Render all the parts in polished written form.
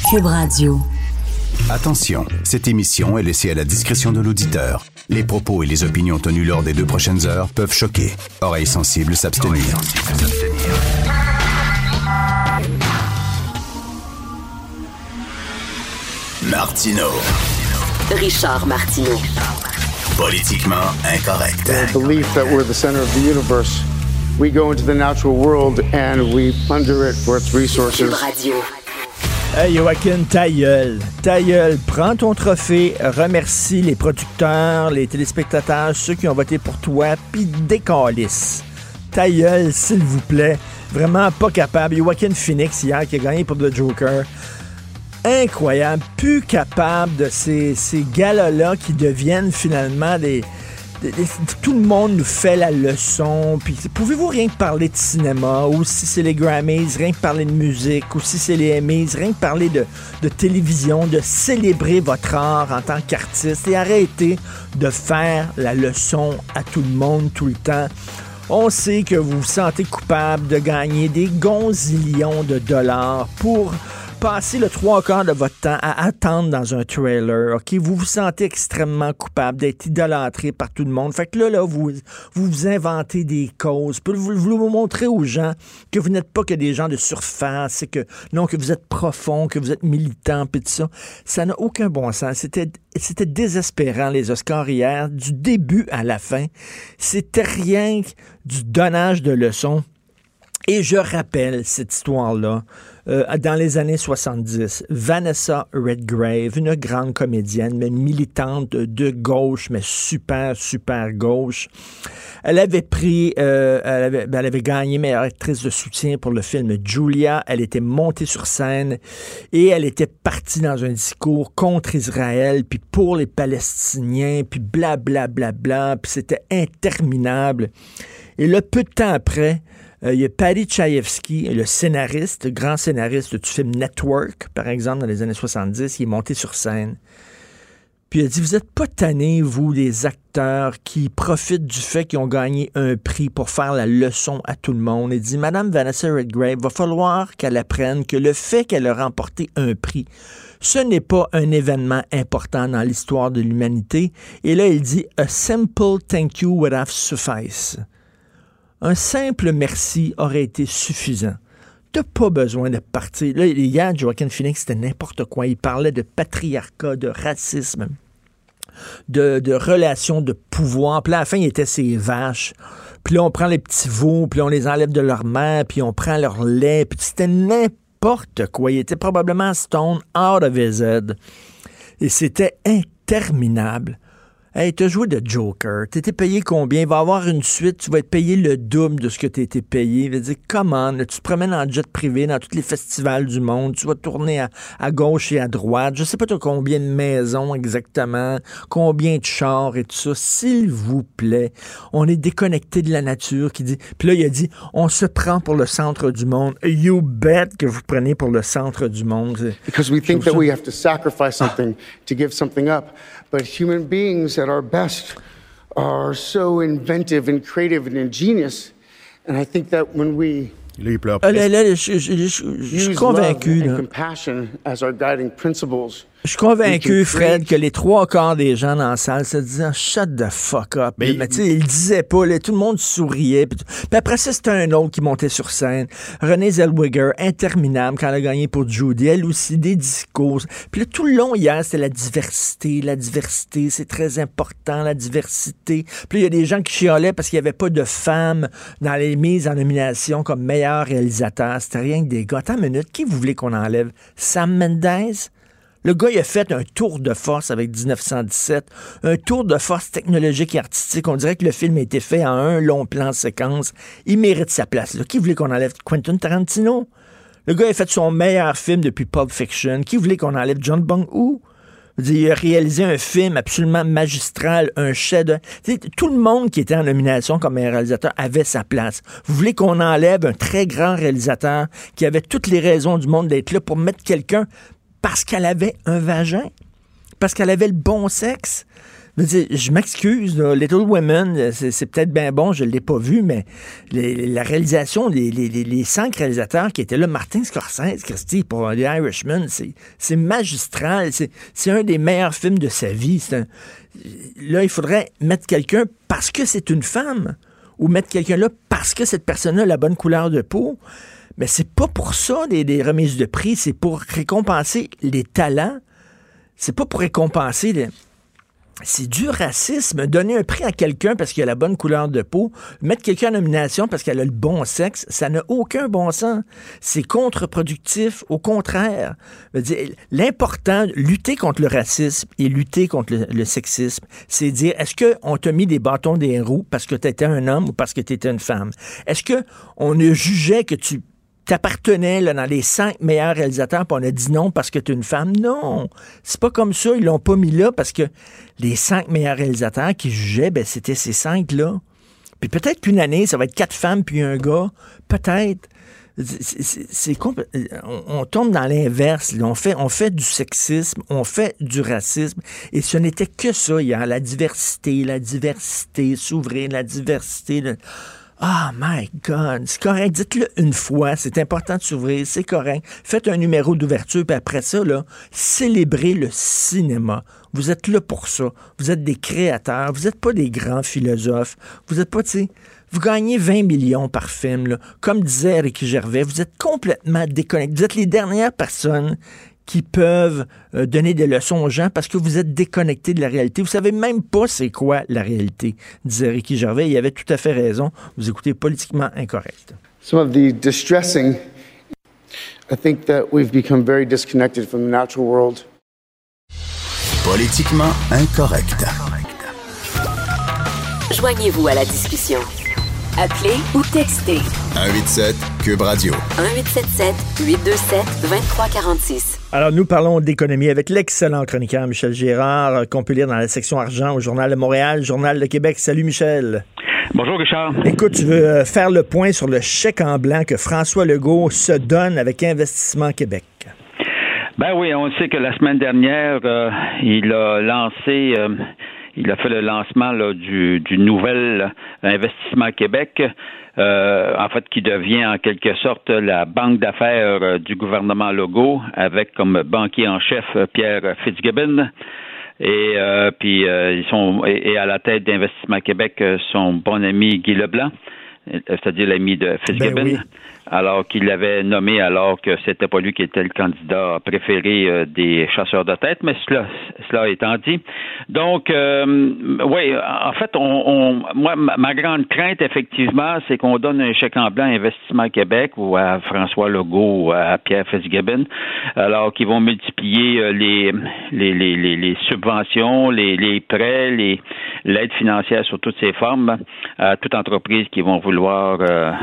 Cube Radio. Attention, cette émission est laissée à la discrétion de l'auditeur. Les propos et les opinions tenues lors des 2 prochaines heures peuvent choquer. Oreilles sensibles s'abstenir. Martineau. Richard Martineau. Politiquement incorrect. The belief that we're the center of the universe. We go into the natural world and we plunder it for its resources. Cube Radio. Hey Joaquin, ta gueule, prends ton trophée, remercie les producteurs, les téléspectateurs, ceux qui ont voté pour toi, puis décalisse. Ta gueule, s'il vous plaît, vraiment pas capable. Joaquin Phoenix hier qui a gagné pour The Joker. Incroyable, plus capable de ces galas-là qui deviennent finalement tout le monde nous fait la leçon. Puis pouvez-vous rien que parler de cinéma, ou si c'est les Grammys, rien que parler de musique, ou si c'est les Emmys, rien que parler de télévision, de célébrer votre art en tant qu'artiste et arrêter de faire la leçon à tout le monde tout le temps. On sait que vous vous sentez coupable de gagner des gonzillions de dollars pour passer le 3/4 de votre temps à attendre dans un trailer, OK? Vous vous sentez extrêmement coupable d'être idolâtré par tout le monde. Fait que là, vous inventez des causes. Puis vous montrez aux gens que vous n'êtes pas que des gens de surface, que vous êtes profond, que vous êtes militant, puis tout ça. Ça n'a aucun bon sens. C'était désespérant, les Oscars hier, du début à la fin. C'était rien que du donnage de leçons. Et je rappelle cette histoire-là. Dans les années 70, Vanessa Redgrave, une grande comédienne, mais militante de gauche, mais super, super gauche, elle avait gagné meilleure actrice de soutien pour le film Julia. Elle était montée sur scène et elle était partie dans un discours contre Israël, puis pour les Palestiniens, puis blablabla, puis c'était interminable. Et là, peu de temps après, il y a Paddy Chayefsky, le scénariste, grand scénariste du film Network, par exemple, dans les années 70, il est monté sur scène. Puis il a dit, vous êtes pas tannés, vous, des acteurs qui profitent du fait qu'ils ont gagné un prix pour faire la leçon à tout le monde. Il dit, Madame Vanessa Redgrave, va falloir qu'elle apprenne que le fait qu'elle a remporté un prix, ce n'est pas un événement important dans l'histoire de l'humanité. Et là, il dit, a simple thank you would have sufficed. Un simple merci aurait été suffisant. T'as pas besoin de partir. Là, hier, Joaquin Phoenix, c'était n'importe quoi. Il parlait de patriarcat, de racisme, de relations de pouvoir. Puis là, à la fin, il était ses vaches. Puis là, on prend les petits veaux, puis on les enlève de leur mère, puis on prend leur lait. Puis c'était n'importe quoi. Il était probablement stone out of his head. Et c'était interminable. Hey, t'as joué de Joker, t'étais payé combien? Il va y avoir une suite, tu vas être payé le double de ce que t'as été payé. Il va dire, comment? Tu te promènes en jet privé dans tous les festivals du monde, tu vas tourner à gauche et à droite. Je sais pas t'as combien de maisons exactement, combien de chars et tout ça. S'il vous plaît, on est déconnecté de la nature qui dit... Puis là, il a dit, on se prend pour le centre du monde. You bet que vous prenez pour le centre du monde. Because we think that we have to sacrifice something to give something up. But human beings at our best are so inventive and creative and ingenious. And I think that when we là, il pleure. Je suis convaincu. And compassion as our guiding principles. Je suis convaincu, Fred, que les 3/4 des gens dans la salle se disaient « Shut the fuck up ». Mais tu sais, ils le disaient pas, là, tout le monde souriait. Puis après ça, c'était un autre qui montait sur scène. Renée Zellweger, interminable, quand elle a gagné pour Judy, elle aussi, des discours. Puis là, tout le long, hier, c'était la diversité, c'est très important, la diversité. Puis là, il y a des gens qui chialaient parce qu'il n'y avait pas de femmes dans les mises en nomination comme meilleur réalisateur. C'était rien que des gars. Attends une minute, qui vous voulez qu'on enlève? Sam Mendes? Le gars, il a fait un tour de force avec 1917, un tour de force technologique et artistique. On dirait que le film a été fait en un long plan séquence. Il mérite sa place. Là. Qui voulait qu'on enlève Quentin Tarantino? Le gars a fait son meilleur film depuis Pulp Fiction. Qui voulait qu'on enlève John Bong-ho? Il a réalisé un film absolument magistral, un chef-d'œuvre. Tout le monde qui était en nomination comme un réalisateur avait sa place. Vous voulez qu'on enlève un très grand réalisateur qui avait toutes les raisons du monde d'être là pour mettre quelqu'un parce qu'elle avait un vagin, parce qu'elle avait le bon sexe. Je m'excuse, là, Little Women, c'est peut-être bien bon, je ne l'ai pas vu, mais la réalisation, les 5 réalisateurs qui étaient là, Martin Scorsese, Christy, pour The Irishman, c'est magistral, c'est un des meilleurs films de sa vie. Là, il faudrait mettre quelqu'un parce que c'est une femme, ou mettre quelqu'un là parce que cette personne-là a la bonne couleur de peau. Mais c'est pas pour ça des remises de prix, c'est pour récompenser les talents. C'est pas pour récompenser C'est du racisme. Donner un prix à quelqu'un parce qu'il a la bonne couleur de peau, mettre quelqu'un en nomination parce qu'elle a le bon sexe, ça n'a aucun bon sens. C'est contre-productif. Au contraire. L'important, lutter contre le racisme et lutter contre le sexisme, c'est dire, est-ce qu'on t'a mis des bâtons des roues parce que tu étais un homme ou parce que tu étais une femme? Est-ce qu'on ne jugeait que tu t'appartenais là, dans les 5 meilleurs réalisateurs, puis on a dit non parce que tu es une femme? Non, c'est pas comme ça. Ils l'ont pas mis là parce que les 5 meilleurs réalisateurs qui jugeaient, ben c'était ces 5-là. Puis peut-être qu'une année, ça va être 4 femmes puis un gars. Peut-être. On tombe dans l'inverse. On fait du sexisme, on fait du racisme. Et ce n'était que ça hier. La diversité, s'ouvrir, la diversité. Oh my God, c'est correct, dites-le une fois, c'est important de s'ouvrir, c'est correct. Faites un numéro d'ouverture, puis après ça, là, célébrez le cinéma. Vous êtes là pour ça. Vous êtes des créateurs, vous n'êtes pas des grands philosophes. Vous n'êtes pas, tu sais, vous gagnez 20 millions par film, là. Comme disait Ricky Gervais, vous êtes complètement déconnectés. Vous êtes les dernières personnes qui peuvent donner des leçons aux gens parce que vous êtes déconnectés de la réalité. Vous savez même pas c'est quoi la réalité, disait Ricky Gervais. Il avait tout à fait raison. Vous écoutez Politiquement Incorrect. Some of the distressing, I think that we've become very disconnected from the natural world. Politiquement Incorrect. Joignez-vous à la discussion. Appelez ou textez. 187 Cube Radio. 1877-827-2346. Alors, nous parlons d'économie avec l'excellent chroniqueur Michel Gérard, qu'on peut lire dans la section argent au Journal de Montréal, Journal de Québec. Salut, Michel. Bonjour, Richard. Écoute, tu veux faire le point sur le chèque en blanc que François Legault se donne avec Investissement Québec. Ben oui, on sait que la semaine dernière, il a lancé... il a fait le lancement là, du nouvel Investissement Québec, en fait, qui devient en quelque sorte la banque d'affaires du gouvernement Legault, avec comme banquier en chef Pierre Fitzgibbon. Et puis ils sont et à la tête d'Investissement Québec son bon ami Guy Leblanc, c'est-à-dire l'ami de Fitzgibbon. Ben oui. Alors qu'il l'avait nommé alors que c'était pas lui qui était le candidat préféré des chasseurs de tête, mais cela étant dit. Donc, oui, en fait, moi, ma grande crainte, effectivement, c'est qu'on donne un chèque en blanc à Investissement Québec ou à François Legault ou à Pierre Fitzgibbon, alors qu'ils vont multiplier les subventions, les prêts, l'aide financière sous toutes ses formes à toute entreprise qui vont vouloir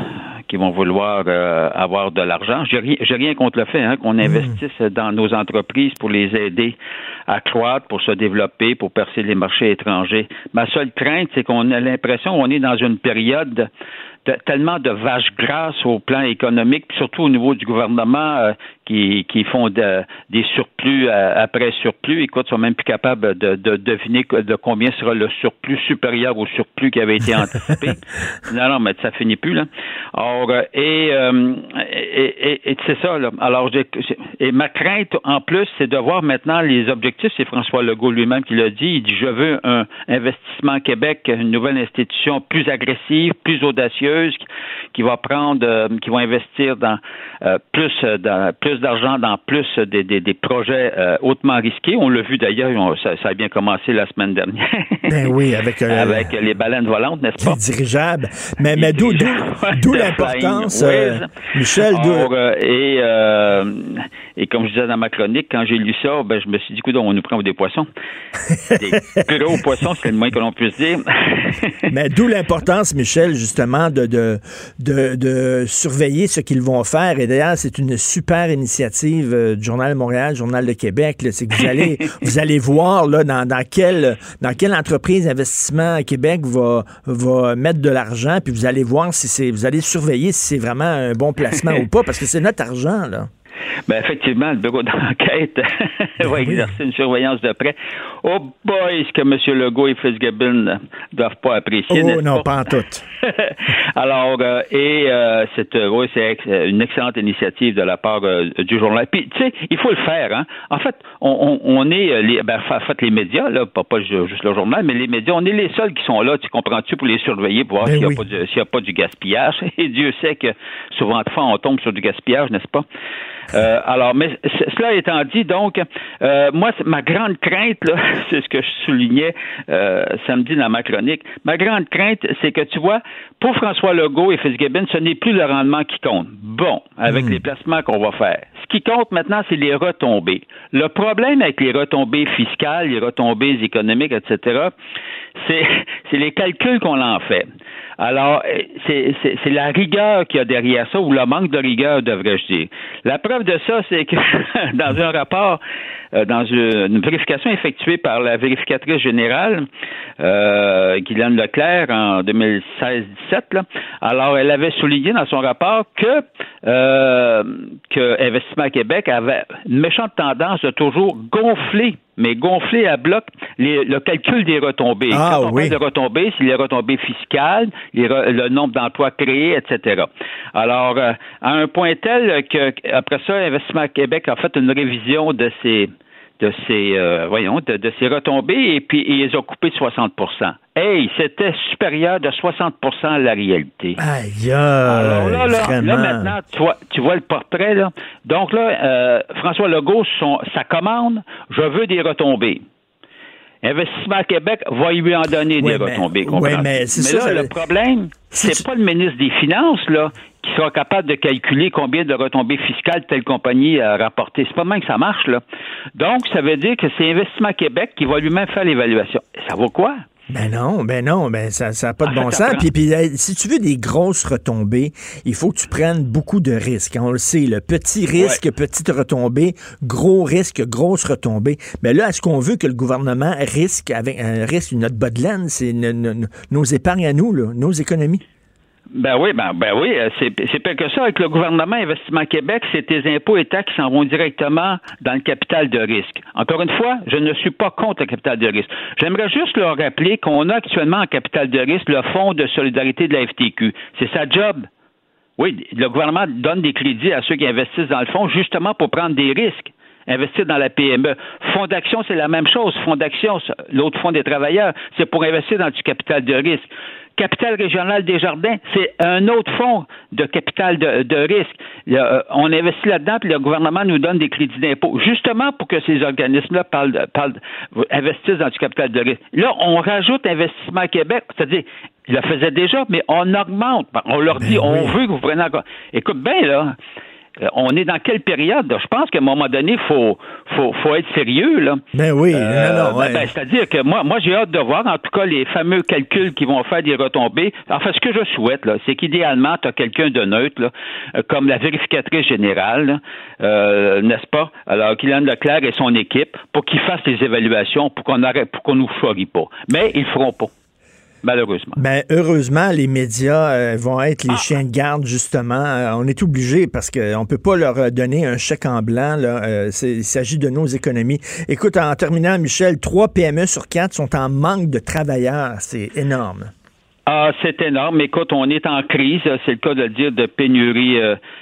avoir de l'argent. J'ai rien contre le fait qu'on investisse dans nos entreprises pour les aider à croître, pour se développer, pour percer les marchés étrangers. Ma seule crainte, c'est qu'on a l'impression qu'on est dans une période tellement de vaches grasses au plan économique, puis surtout au niveau du gouvernement qui font des surplus après surplus. Écoute, ils sont même plus capables de deviner de combien sera le surplus supérieur au surplus qui avait été anticipé. Non, mais ça finit plus, là. Or, et c'est ça, là. Alors, et ma crainte, en plus, c'est de voir maintenant les objectifs. C'est François Legault lui-même qui l'a dit. Il dit, je veux un Investissement Québec, une nouvelle institution plus agressive, plus audacieuse, qui va investir dans plus d'argent dans plus des projets hautement risqués. On l'a vu d'ailleurs, ça a bien commencé la semaine dernière. Ben oui, avec les baleines volantes, n'est-ce pas? Les dirigeables. Mais d'où l'importance, Michel. Et comme je disais dans ma chronique, quand j'ai lu ça, ben je me suis dit, écoute, on nous prend des poissons. Des gros poissons, c'est le moins que l'on puisse dire. Mais d'où l'importance, Michel, justement, de surveiller ce qu'ils vont faire. Et d'ailleurs, c'est une super initiative du Journal de Montréal, Journal de Québec. Là. C'est que vous allez voir là, dans quelle entreprise Investissement Québec va mettre de l'argent, puis vous allez voir vous allez surveiller si c'est vraiment un bon placement ou pas, parce que c'est notre argent, là. Ben effectivement, le bureau d'enquête va exercer une surveillance de près. Oh boy, ce que M. Legault et Fitzgibbon ne doivent pas apprécier. Oh non, pas en tout. Alors, c'est une excellente initiative de la part du journal. Puis, tu sais, il faut le faire. Hein? En fait, on est, les médias, là, pas juste le journal, mais les médias, on est les seuls qui sont là, tu comprends-tu, pour les surveiller, pour voir s'il n'y a pas du gaspillage. Et Dieu sait que souvent de fois, on tombe sur du gaspillage, n'est-ce pas? Alors, mais cela étant dit, donc, moi, ma grande crainte, là, c'est ce que je soulignais samedi dans ma chronique, ma grande crainte, c'est que, tu vois, pour François Legault et Fitzgibbon, ce n'est plus le rendement qui compte. Bon, avec les placements qu'on va faire. Ce qui compte maintenant, c'est les retombées. Le problème avec les retombées fiscales, les retombées économiques, etc., c'est les calculs qu'on en fait. Alors, c'est la rigueur qu'il y a derrière ça, ou le manque de rigueur, devrais-je dire. La preuve de ça, c'est que dans un rapport, dans une vérification effectuée par la vérificatrice générale, Guylaine Leclerc, en 2016-17, là, alors elle avait souligné dans son rapport que Investissement Québec avait une méchante tendance de toujours gonfler à bloc le calcul des retombées. Ah, quand on parle de retombées, c'est les retombées fiscales, le nombre d'emplois créés, etc. Alors, à un point tel que après ça, Investissement Québec a fait une révision de ces retombées, et puis ils les ont coupées de 60%. Hey, c'était supérieur de 60% à la réalité. Aïe, alors là, maintenant, tu vois le portrait, là. Donc là, François Legault, sa commande, je veux des retombées. Investissement Québec va lui en donner des retombées. Oui, mais c'est ça. Le problème, c'est pas le ministre des Finances, là, qui sera capable de calculer combien de retombées fiscales telle compagnie a rapporté. C'est pas même que ça marche, là. Donc, ça veut dire que c'est Investissement Québec qui va lui-même faire l'évaluation. Ça vaut quoi? Ben non, ça n'a pas de bon sens. Puis si tu veux des grosses retombées, il faut que tu prennes beaucoup de risques. On le sait, le petit risque, petite retombée, gros risque, grosse retombée. Mais là, est-ce qu'on veut que le gouvernement risque notre bas de laine? C'est nos épargnes à nous, là, nos économies. Ben oui, c'est pire que ça. Avec le gouvernement Investissement Québec, c'est tes impôts et taxes qui s'en vont directement dans le capital de risque. Encore une fois, je ne suis pas contre le capital de risque. J'aimerais juste leur rappeler qu'on a actuellement en capital de risque le Fonds de solidarité de la FTQ. C'est sa job. Oui, le gouvernement donne des crédits à ceux qui investissent dans le fonds justement pour prendre des risques. Investir dans la PME. Fonds d'action, c'est la même chose. Fonds d'action, l'autre fonds des travailleurs, c'est pour investir dans du capital de risque. Capital régional des jardins, c'est un autre fonds de capital de risque. On investit là-dedans, puis le gouvernement nous donne des crédits d'impôt, justement pour que ces organismes-là investissent dans du capital de risque. Là, on rajoute Investissement Québec, c'est-à-dire, ils le faisaient déjà, mais on augmente. On leur dit, on veut que vous preniez encore. Écoute bien, là, on est dans quelle période? Je pense qu'à un moment donné, il faut être sérieux, là. Ben oui, c'est-à-dire que moi, j'ai hâte de voir, en tout cas, les fameux calculs qui vont faire des retombées. Enfin, ce que je souhaite, là, c'est qu'idéalement, tu as quelqu'un de neutre, là, comme la vérificatrice générale, là, n'est-ce pas? Alors, Guylaine Leclerc et son équipe, pour qu'ils fassent les évaluations, pour qu'on nous choisit pas. Mais ils le feront pas. Malheureusement. Ben, heureusement, les médias vont être les chiens de garde, justement. On est obligé parce qu'on ne peut pas leur donner un chèque en blanc. Là. Il s'agit de nos économies. Écoute, en terminant, Michel, 3 PME sur 4 sont en manque de travailleurs. C'est énorme. Ah, c'est énorme. Écoute, on est en crise. C'est le cas de le dire, de pénurie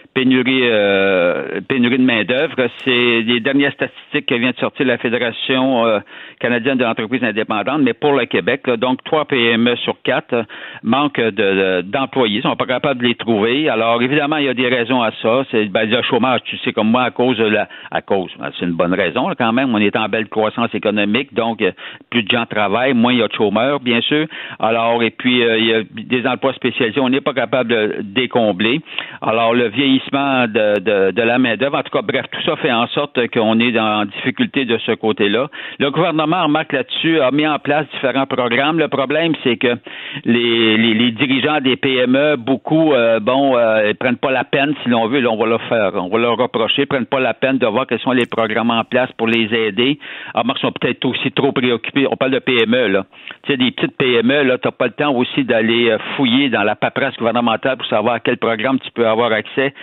de main-d'œuvre. C'est les dernières statistiques que vient de sortir la Fédération canadienne de l'entreprise indépendante, mais pour le Québec, là, donc 3 PME sur 4 manquent d'employés, ils sont pas capables de les trouver. Alors, évidemment, il y a des raisons à ça. C'est le chômage, tu sais, comme moi, c'est une bonne raison, là, quand même. On est en belle croissance économique, donc plus de gens travaillent, moins il y a de chômeurs, bien sûr. Alors, et puis, il y a des emplois spécialisés, on n'est pas capable de décombler. Alors, le vieillissement de la main-d'œuvre, en tout cas, bref, tout ça fait en sorte qu'on est en difficulté de ce côté-là. Le gouvernement, remarque là-dessus, a mis en place différents programmes. Le problème, c'est que les dirigeants des PME, beaucoup, ils prennent pas la peine, si l'on veut, là, on va leur reprocher, ils prennent pas la peine de voir quels sont les programmes en place pour les aider. Alors, ils sont peut-être aussi trop préoccupés. On parle de PME, là. Tu sais, des petites PME, là, t'as pas le temps aussi d'aller fouiller dans la paperasse gouvernementale pour savoir à quel programme tu peux avoir accès.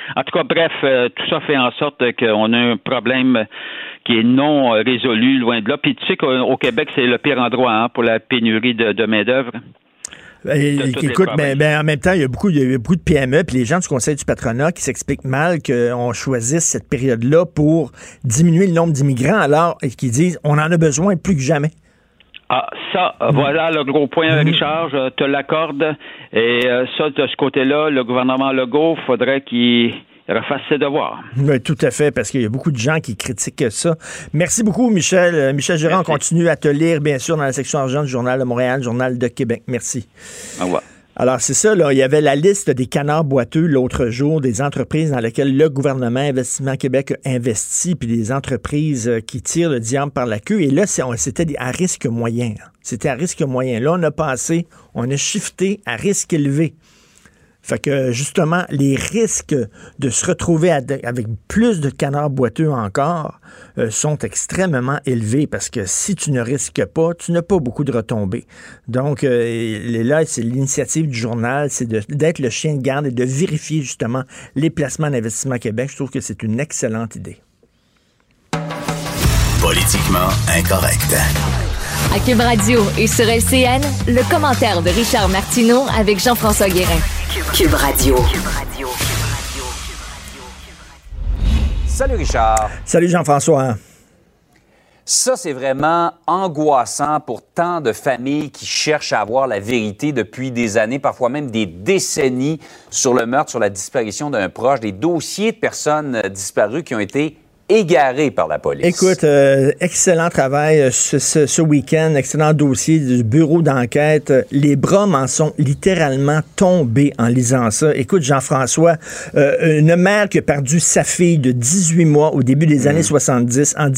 En tout cas, bref, tout ça fait en sorte qu'on a un problème qui est non résolu, loin de là. Puis tu sais qu'au Québec, c'est le pire endroit pour la pénurie de main-d'œuvre. Écoute, en même temps, il y a beaucoup de PME puis les gens du Conseil du patronat qui s'expliquent mal qu'on choisisse cette période-là pour diminuer le nombre d'immigrants alors qui disent on en a besoin plus que jamais. Ah, ça, voilà le gros point, Richard, je te l'accorde. Et ça, de ce côté-là, le gouvernement Legault, faudrait qu'il refasse ses devoirs. Oui, tout à fait, parce qu'il y a beaucoup de gens qui critiquent ça. Merci beaucoup, Michel. Michel Gérard, on continue à te lire, bien sûr, dans la section argent du Journal de Montréal, Journal de Québec. Merci. Au revoir. Alors, c'est ça, là. Il y avait la liste des canards boiteux l'autre jour, des entreprises dans lesquelles le gouvernement Investissement Québec a investi, puis des entreprises qui tirent le diable par la queue. Et là, c'était à risque moyen. C'était à risque moyen. Là, on a shifté à risque élevé. Fait que, justement, les risques de se retrouver avec plus de canards boiteux encore sont extrêmement élevés parce que si tu ne risques pas, tu n'as pas beaucoup de retombées. Donc, là, c'est l'initiative du journal, c'est d'être le chien de garde et de vérifier, justement, les placements d'Investissement Québec. Je trouve que c'est une excellente idée. Politiquement incorrect. À Cube Radio et sur LCN, le commentaire de Richard Martineau avec Jean-François Guérin. Cube Radio. Salut Richard. Salut Jean-François. Ça, c'est vraiment angoissant pour tant de familles qui cherchent à avoir la vérité depuis des années, parfois même des décennies, sur le meurtre, sur la disparition d'un proche, des dossiers de personnes disparues qui ont été égaré par la police. Écoute, excellent travail ce week-end, excellent dossier du bureau d'enquête. Les bras m'en sont littéralement tombés en lisant ça. Écoute, Jean-François, une mère qui a perdu sa fille de 18 mois au début des années 70. En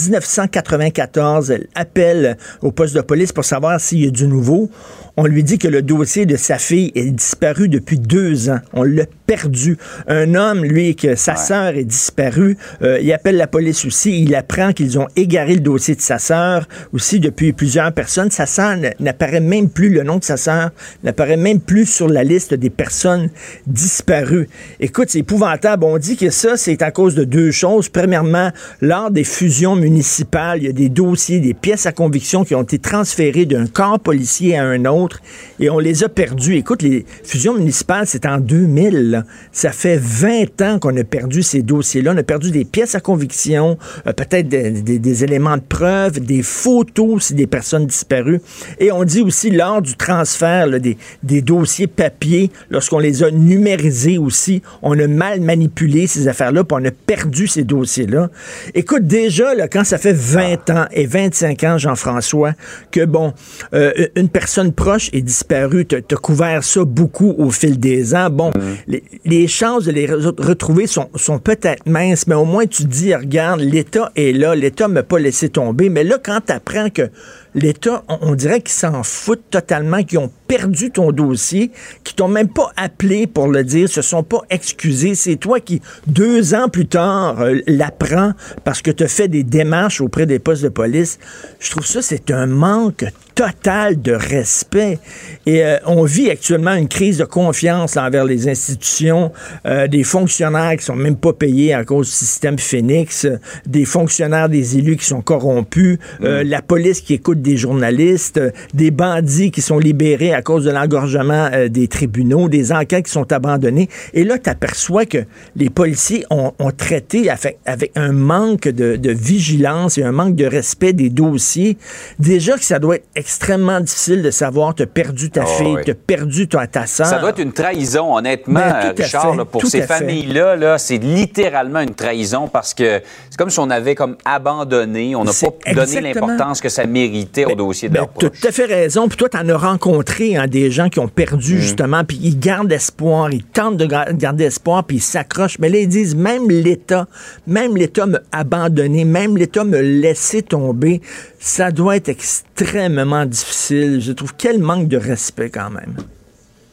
1994, elle appelle au poste de police pour savoir s'il y a du nouveau. On lui dit que le dossier de sa fille est disparu depuis 2 ans. On l'a perdu. Un homme, lui, que sa sœur est disparue, il appelle la police aussi. Il apprend qu'ils ont égaré le dossier de sa sœur aussi depuis plusieurs personnes. Sa sœur n'apparaît même plus, le nom de sa sœur n'apparaît même plus sur la liste des personnes disparues. Écoute, c'est épouvantable. On dit que ça, c'est à cause de 2 choses. Premièrement, lors des fusions municipales, il y a des dossiers, des pièces à conviction qui ont été transférées d'un corps policier à un autre et on les a perdus. Écoute, les fusions municipales, c'est en 2000. Là. Ça fait 20 ans qu'on a perdu ces dossiers-là. On a perdu des pièces à conviction, peut-être des éléments de preuve, des photos aussi des personnes disparues. Et on dit aussi, lors du transfert là, des dossiers papier, lorsqu'on les a numérisés aussi, on a mal manipulé ces affaires-là, puis on a perdu ces dossiers-là. Écoute, déjà, là, quand ça fait 20 ans et 25 ans, Jean-François, que, bon, une personne proche est disparue, t'as couvert ça beaucoup au fil des ans. Bon, les chances de les retrouver sont peut-être minces, mais au moins tu te dis, regarde, l'État est là, l'État m'a pas laissé tomber. Mais là, quand tu apprends que l'État, on dirait qu'ils s'en foutent totalement, qu'ils ont perdu ton dossier, qu'ils t'ont même pas appelé pour le dire, se sont pas excusés. C'est toi qui, 2 ans plus tard, l'apprends parce que tu as fait des démarches auprès des postes de police. Je trouve ça, c'est un manque total de respect. Et on vit actuellement une crise de confiance envers les institutions, des fonctionnaires qui sont même pas payés à cause du système Phoenix, des fonctionnaires, des élus qui sont corrompus, la police qui écoute des journalistes, des bandits qui sont libérés à cause de l'engorgement des tribunaux, des enquêtes qui sont abandonnées. Et là, tu aperçois que les policiers ont traité avec un manque de vigilance et un manque de respect des dossiers. Déjà que ça doit être extrêmement difficile de savoir, tu as perdu ta fille, tu as perdu ta sœur. Ça doit être une trahison, honnêtement, Richard, là, pour ces familles-là, là, c'est littéralement une trahison parce que c'est comme si on avait comme abandonné, on n'a pas donné l'importance que ça méritait au dossier de leur proche. Tu as tout à fait raison, puis toi, tu en as rencontré des gens qui ont perdu, justement, puis ils gardent espoir, ils tentent de garder espoir, puis ils s'accrochent, mais là, ils disent, même l'État m'a abandonné, même l'État m'a laissé tomber. Ça doit être extrêmement difficile. Je trouve quel manque de respect quand même.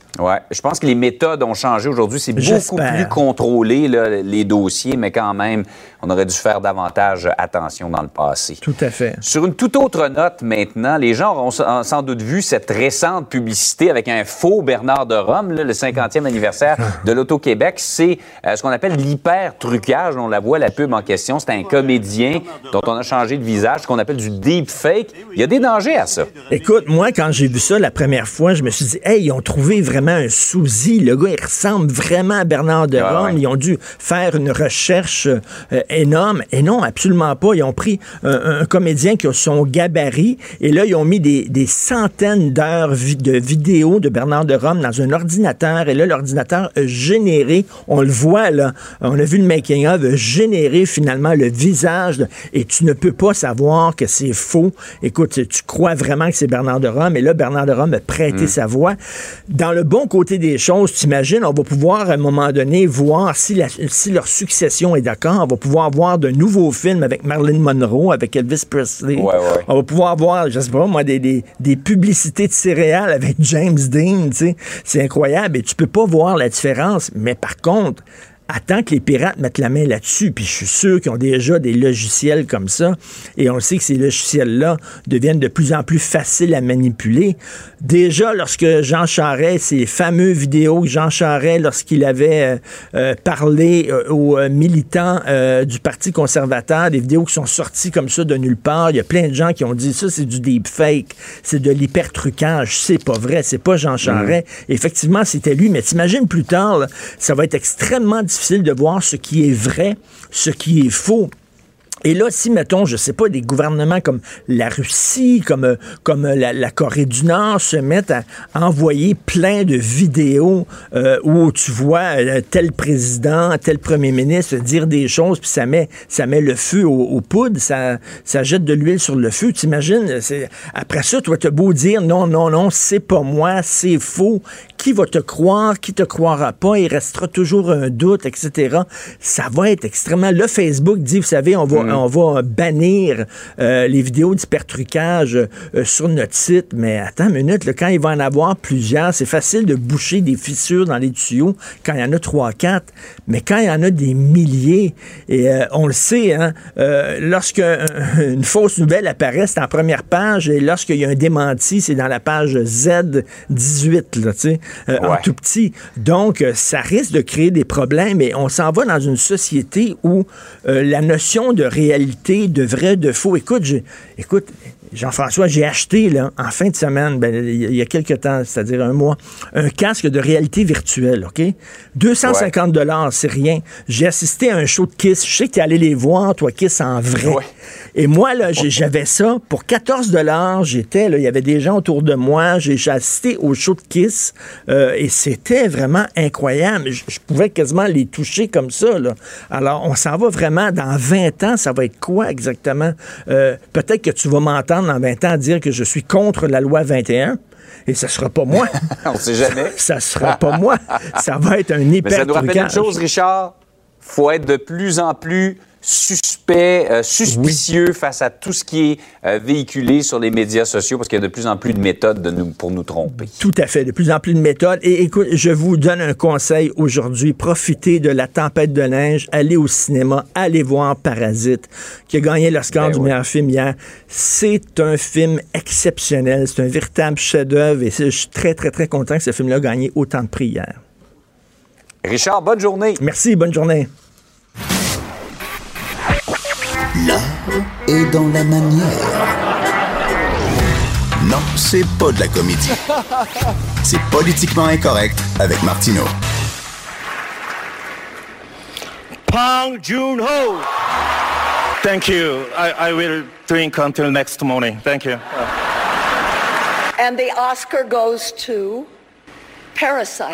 Oui, je pense que les méthodes ont changé aujourd'hui. C'est beaucoup plus contrôlé, là, les dossiers, mais quand même, on aurait dû faire davantage attention dans le passé. Tout à fait. Sur une toute autre note maintenant, les gens auront sans doute vu cette récente publicité avec un faux Bernard de Rome, là, le 50e anniversaire de l'Auto-Québec. C'est ce qu'on appelle l'hyper-trucage. On la voit, la pub en question. C'est un comédien dont on a changé de visage, ce qu'on appelle du deepfake. Il y a des dangers à ça. Écoute, moi, quand j'ai vu ça la première fois, je me suis dit, hey, ils ont trouvé vraiment un souci. Le gars, il ressemble vraiment à Bernard de Rome. Ouais. Ils ont dû faire une recherche énorme. Et non, absolument pas. Ils ont pris un comédien qui a son gabarit et là, ils ont mis des centaines d'heures de vidéos de Bernard de Rome dans un ordinateur. Et là, l'ordinateur a généré, on le voit là, on a vu le making-of, a généré finalement le visage. Et tu ne peux pas savoir que c'est faux. Écoute, tu crois vraiment que c'est Bernard de Rome. Et là, Bernard de Rome a prêté sa voix. Dans le bon côté des choses, t'imagines, on va pouvoir à un moment donné voir si leur succession est d'accord. On va pouvoir voir de nouveaux films avec Marilyn Monroe, avec Elvis Presley. Ouais. On va pouvoir voir, je sais pas moi, des publicités de céréales avec James Dean, tu sais. C'est incroyable et tu peux pas voir la différence. Mais par contre, attends que les pirates mettent la main là-dessus, puis je suis sûr qu'ils ont déjà des logiciels comme ça, et on sait que ces logiciels-là deviennent de plus en plus faciles à manipuler. Déjà, lorsque Jean Charest, ces fameux vidéos que Jean Charest, lorsqu'il avait parlé aux militants du Parti conservateur, des vidéos qui sont sorties comme ça de nulle part, il y a plein de gens qui ont dit ça, c'est du deepfake, c'est de l'hypertrucage, c'est pas vrai, c'est pas Jean Charest. Effectivement, c'était lui, mais t'imagines plus tard, là, ça va être extrêmement difficile de voir ce qui est vrai, ce qui est faux. Et là, si, mettons, je sais pas, des gouvernements comme la Russie, comme la Corée du Nord se mettent à envoyer plein de vidéos où tu vois tel président, tel premier ministre dire des choses, puis ça met le feu aux poudres, ça jette de l'huile sur le feu. T'imagines? Après ça, toi, t'as beau dire non, c'est pas moi, c'est faux. Qui va te croire? Qui te croira pas? Il restera toujours un doute, etc. Ça va être extrêmement... Là, Facebook dit, vous savez, on va bannir les vidéos d'hypertrucage sur notre site. Mais attends une minute, là, quand il va en avoir plusieurs, c'est facile de boucher des fissures dans les tuyaux quand il y en a 3-4. Mais quand il y en a des milliers, et on le sait, hein, lorsque une fausse nouvelle apparaît, c'est en première page, et lorsqu'il y a un démenti, c'est dans la page Z18, là, tu sais. En tout petit. Donc, ça risque de créer des problèmes et on s'en va dans une société où la notion de réalité, de vrai, de faux... Écoute, Jean-François, j'ai acheté là, en fin de semaine, il y a quelques temps, c'est-à-dire un mois, un casque de réalité virtuelle, OK? 250 $, c'est rien. J'ai assisté à un show de Kiss. Je sais que tu es allé les voir, toi, Kiss, en vrai. Ouais. Et moi, là, j'avais ça. Pour 14 $, j'étais, là, il y avait des gens autour de moi. J'ai assisté au show de Kiss et c'était vraiment incroyable. Je pouvais quasiment les toucher comme ça, là. Alors, on s'en va vraiment dans 20 ans. Ça va être quoi exactement? Peut-être que tu vas m'entendre dans 20 ans dire que je suis contre la loi 21. Et ce sera pas moi. On sait jamais. Ça sera pas moi. Ça va être un hyper-trucage. Mais ça nous rappelle une chose, Richard. Faut être de plus en plus suspicieux face à tout ce qui est véhiculé sur les médias sociaux parce qu'il y a de plus en plus de méthodes pour nous tromper. Tout à fait, de plus en plus de méthodes. Et écoute, je vous donne un conseil aujourd'hui. Profitez de la tempête de neige. Allez au cinéma. Allez voir Parasite, qui a gagné l'Oscar du meilleur film hier. C'est un film exceptionnel. C'est un véritable chef-d'œuvre. Et je suis très, très, très content que ce film-là ait gagné autant de prix hier. Richard, bonne journée. Merci, bonne journée. L'art est dans la manière. Non, c'est pas de la comédie. C'est Politiquement Incorrect avec Martineau. Pang Joon-ho. Thank you. I will drink until next morning. Thank you. And the Oscar goes to Parasite.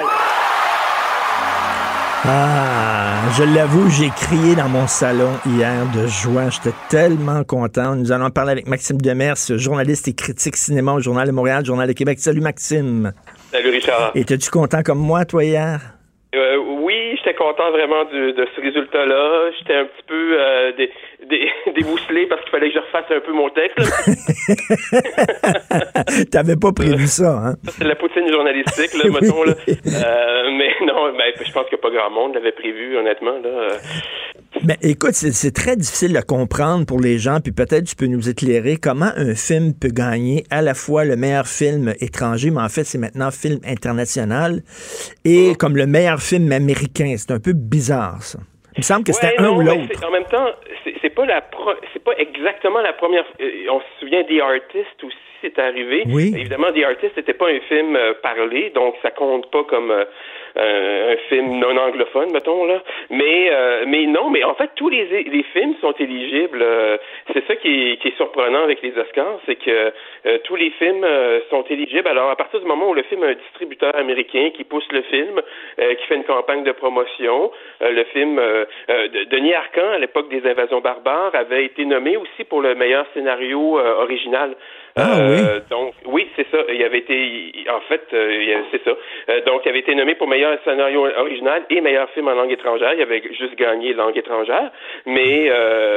Ah, je l'avoue, j'ai crié dans mon salon hier de joie. J'étais tellement content. Nous allons parler avec Maxime Demers, journaliste et critique cinéma au Journal de Montréal, Journal de Québec. Salut Maxime. Salut Richard. Et t'es-tu content comme moi, toi, hier? Oui, j'étais content vraiment de ce résultat-là. J'étais un petit peu débousselé parce qu'il fallait que je refasse un peu mon texte. T'avais pas prévu ça, hein? Ça, c'est la poutine journalistique, là, mettons, là. Mais non, je pense que pas grand monde l'avait prévu, honnêtement, là. Ben, écoute, c'est très difficile de comprendre pour les gens, puis peut-être tu peux nous éclairer comment un film peut gagner à la fois le meilleur film étranger, mais en fait, c'est maintenant film international, et comme le meilleur film américain. C'est un peu bizarre, ça. Il me semble que c'était un ou l'autre. En même temps, c'est pas exactement la première. On se souvient des Artists aussi, c'est arrivé. Oui. Évidemment, The Artist n'était pas un film parlé, donc ça compte pas comme un film non anglophone, mettons là. Mais en fait, tous les films sont éligibles. C'est ça qui est surprenant avec les Oscars, c'est que tous les films sont éligibles. Alors, à partir du moment où le film a un distributeur américain qui pousse le film, qui fait une campagne de promotion, le film Denis Arcand, à l'époque des Invasions barbares, avait été nommé aussi pour le meilleur scénario original. Oui. Donc, oui, c'est ça. Il avait été, en fait, c'est ça. Donc, il avait été nommé pour meilleur scénario original et meilleur film en langue étrangère. Il avait juste gagné langue étrangère, mais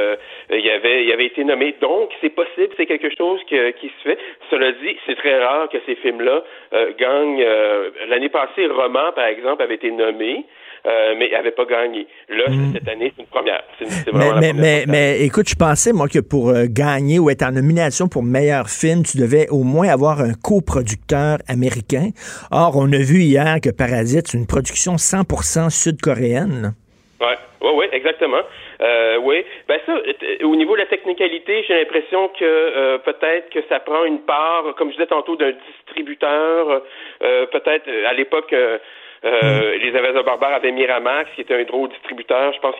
il avait été nommé. Donc, c'est possible, c'est quelque chose qui se fait. Cela dit, c'est très rare que ces films-là gagnent. L'année passée, Roman, par exemple, avait été nommé. Mais n'avait pas gagné. Là, cette année, c'est une première. C'est vraiment mais écoute, je pensais, moi, que pour gagner ou être en nomination pour meilleur film, tu devais au moins avoir un coproducteur américain. Or, on a vu hier que Parasite, c'est une production 100% sud-coréenne. Oui, exactement. Oui. Ben ça, au niveau de la technicalité, j'ai l'impression que peut-être que ça prend une part, comme je disais tantôt, d'un distributeur. Peut-être à l'époque. Les Invasions barbares avaient Miramax, qui était un gros distributeur. Je pense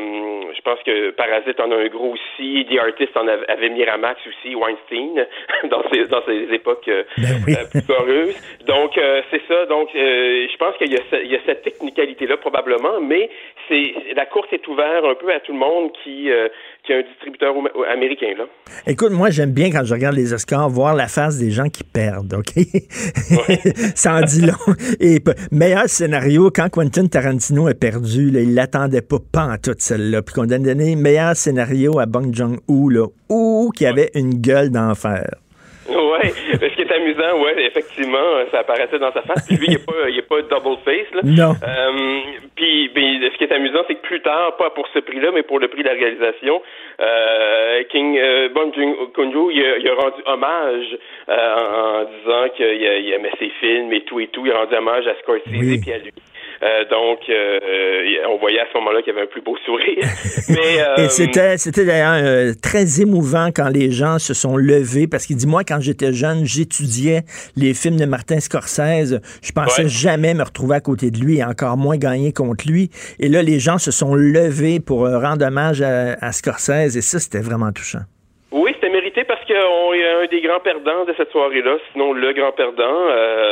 que Parasite en a un gros aussi. The Artist en avait Miramax aussi, Weinstein, dans ces époques plus glorieuses. Donc, c'est ça. Donc, je pense qu'il y a cette technicalité-là, probablement, mais la course est ouverte un peu à tout le monde qui a un distributeur américain, là. Écoute, moi, j'aime bien, quand je regarde les Oscars, voir la face des gens qui perdent, OK? Ça en dit long. Et meilleur scénario, quand Quentin Tarantino est perdu, là, il l'attendait pas en toute celle-là, puis qu'on a donné meilleur scénario à Bong Joon-ho, là, qui avait une gueule d'enfer. Oui, ce qui est amusant, effectivement, ça apparaissait dans sa face. Puis lui, il est pas double face, là. Non. Puis ce qui est amusant, c'est que plus tard, pas pour ce prix-là, mais pour le prix de la réalisation, Bong Joon-ho, il a rendu hommage en disant qu'il aimait ses films et tout. Il a rendu hommage à Scorsese puis à lui. Donc, on voyait à ce moment-là qu'il y avait un plus beau sourire. Mais, et c'était d'ailleurs très émouvant quand les gens se sont levés, parce qu'il dit, moi, quand j'étais jeune, j'étudiais les films de Martin Scorsese. Je pensais jamais me retrouver à côté de lui et encore moins gagner contre lui. Et là, les gens se sont levés pour rendre hommage à Scorsese, et ça, c'était vraiment touchant. Oui, c'était mérité parce qu'il y a un des grands perdants de cette soirée-là, sinon le grand perdant.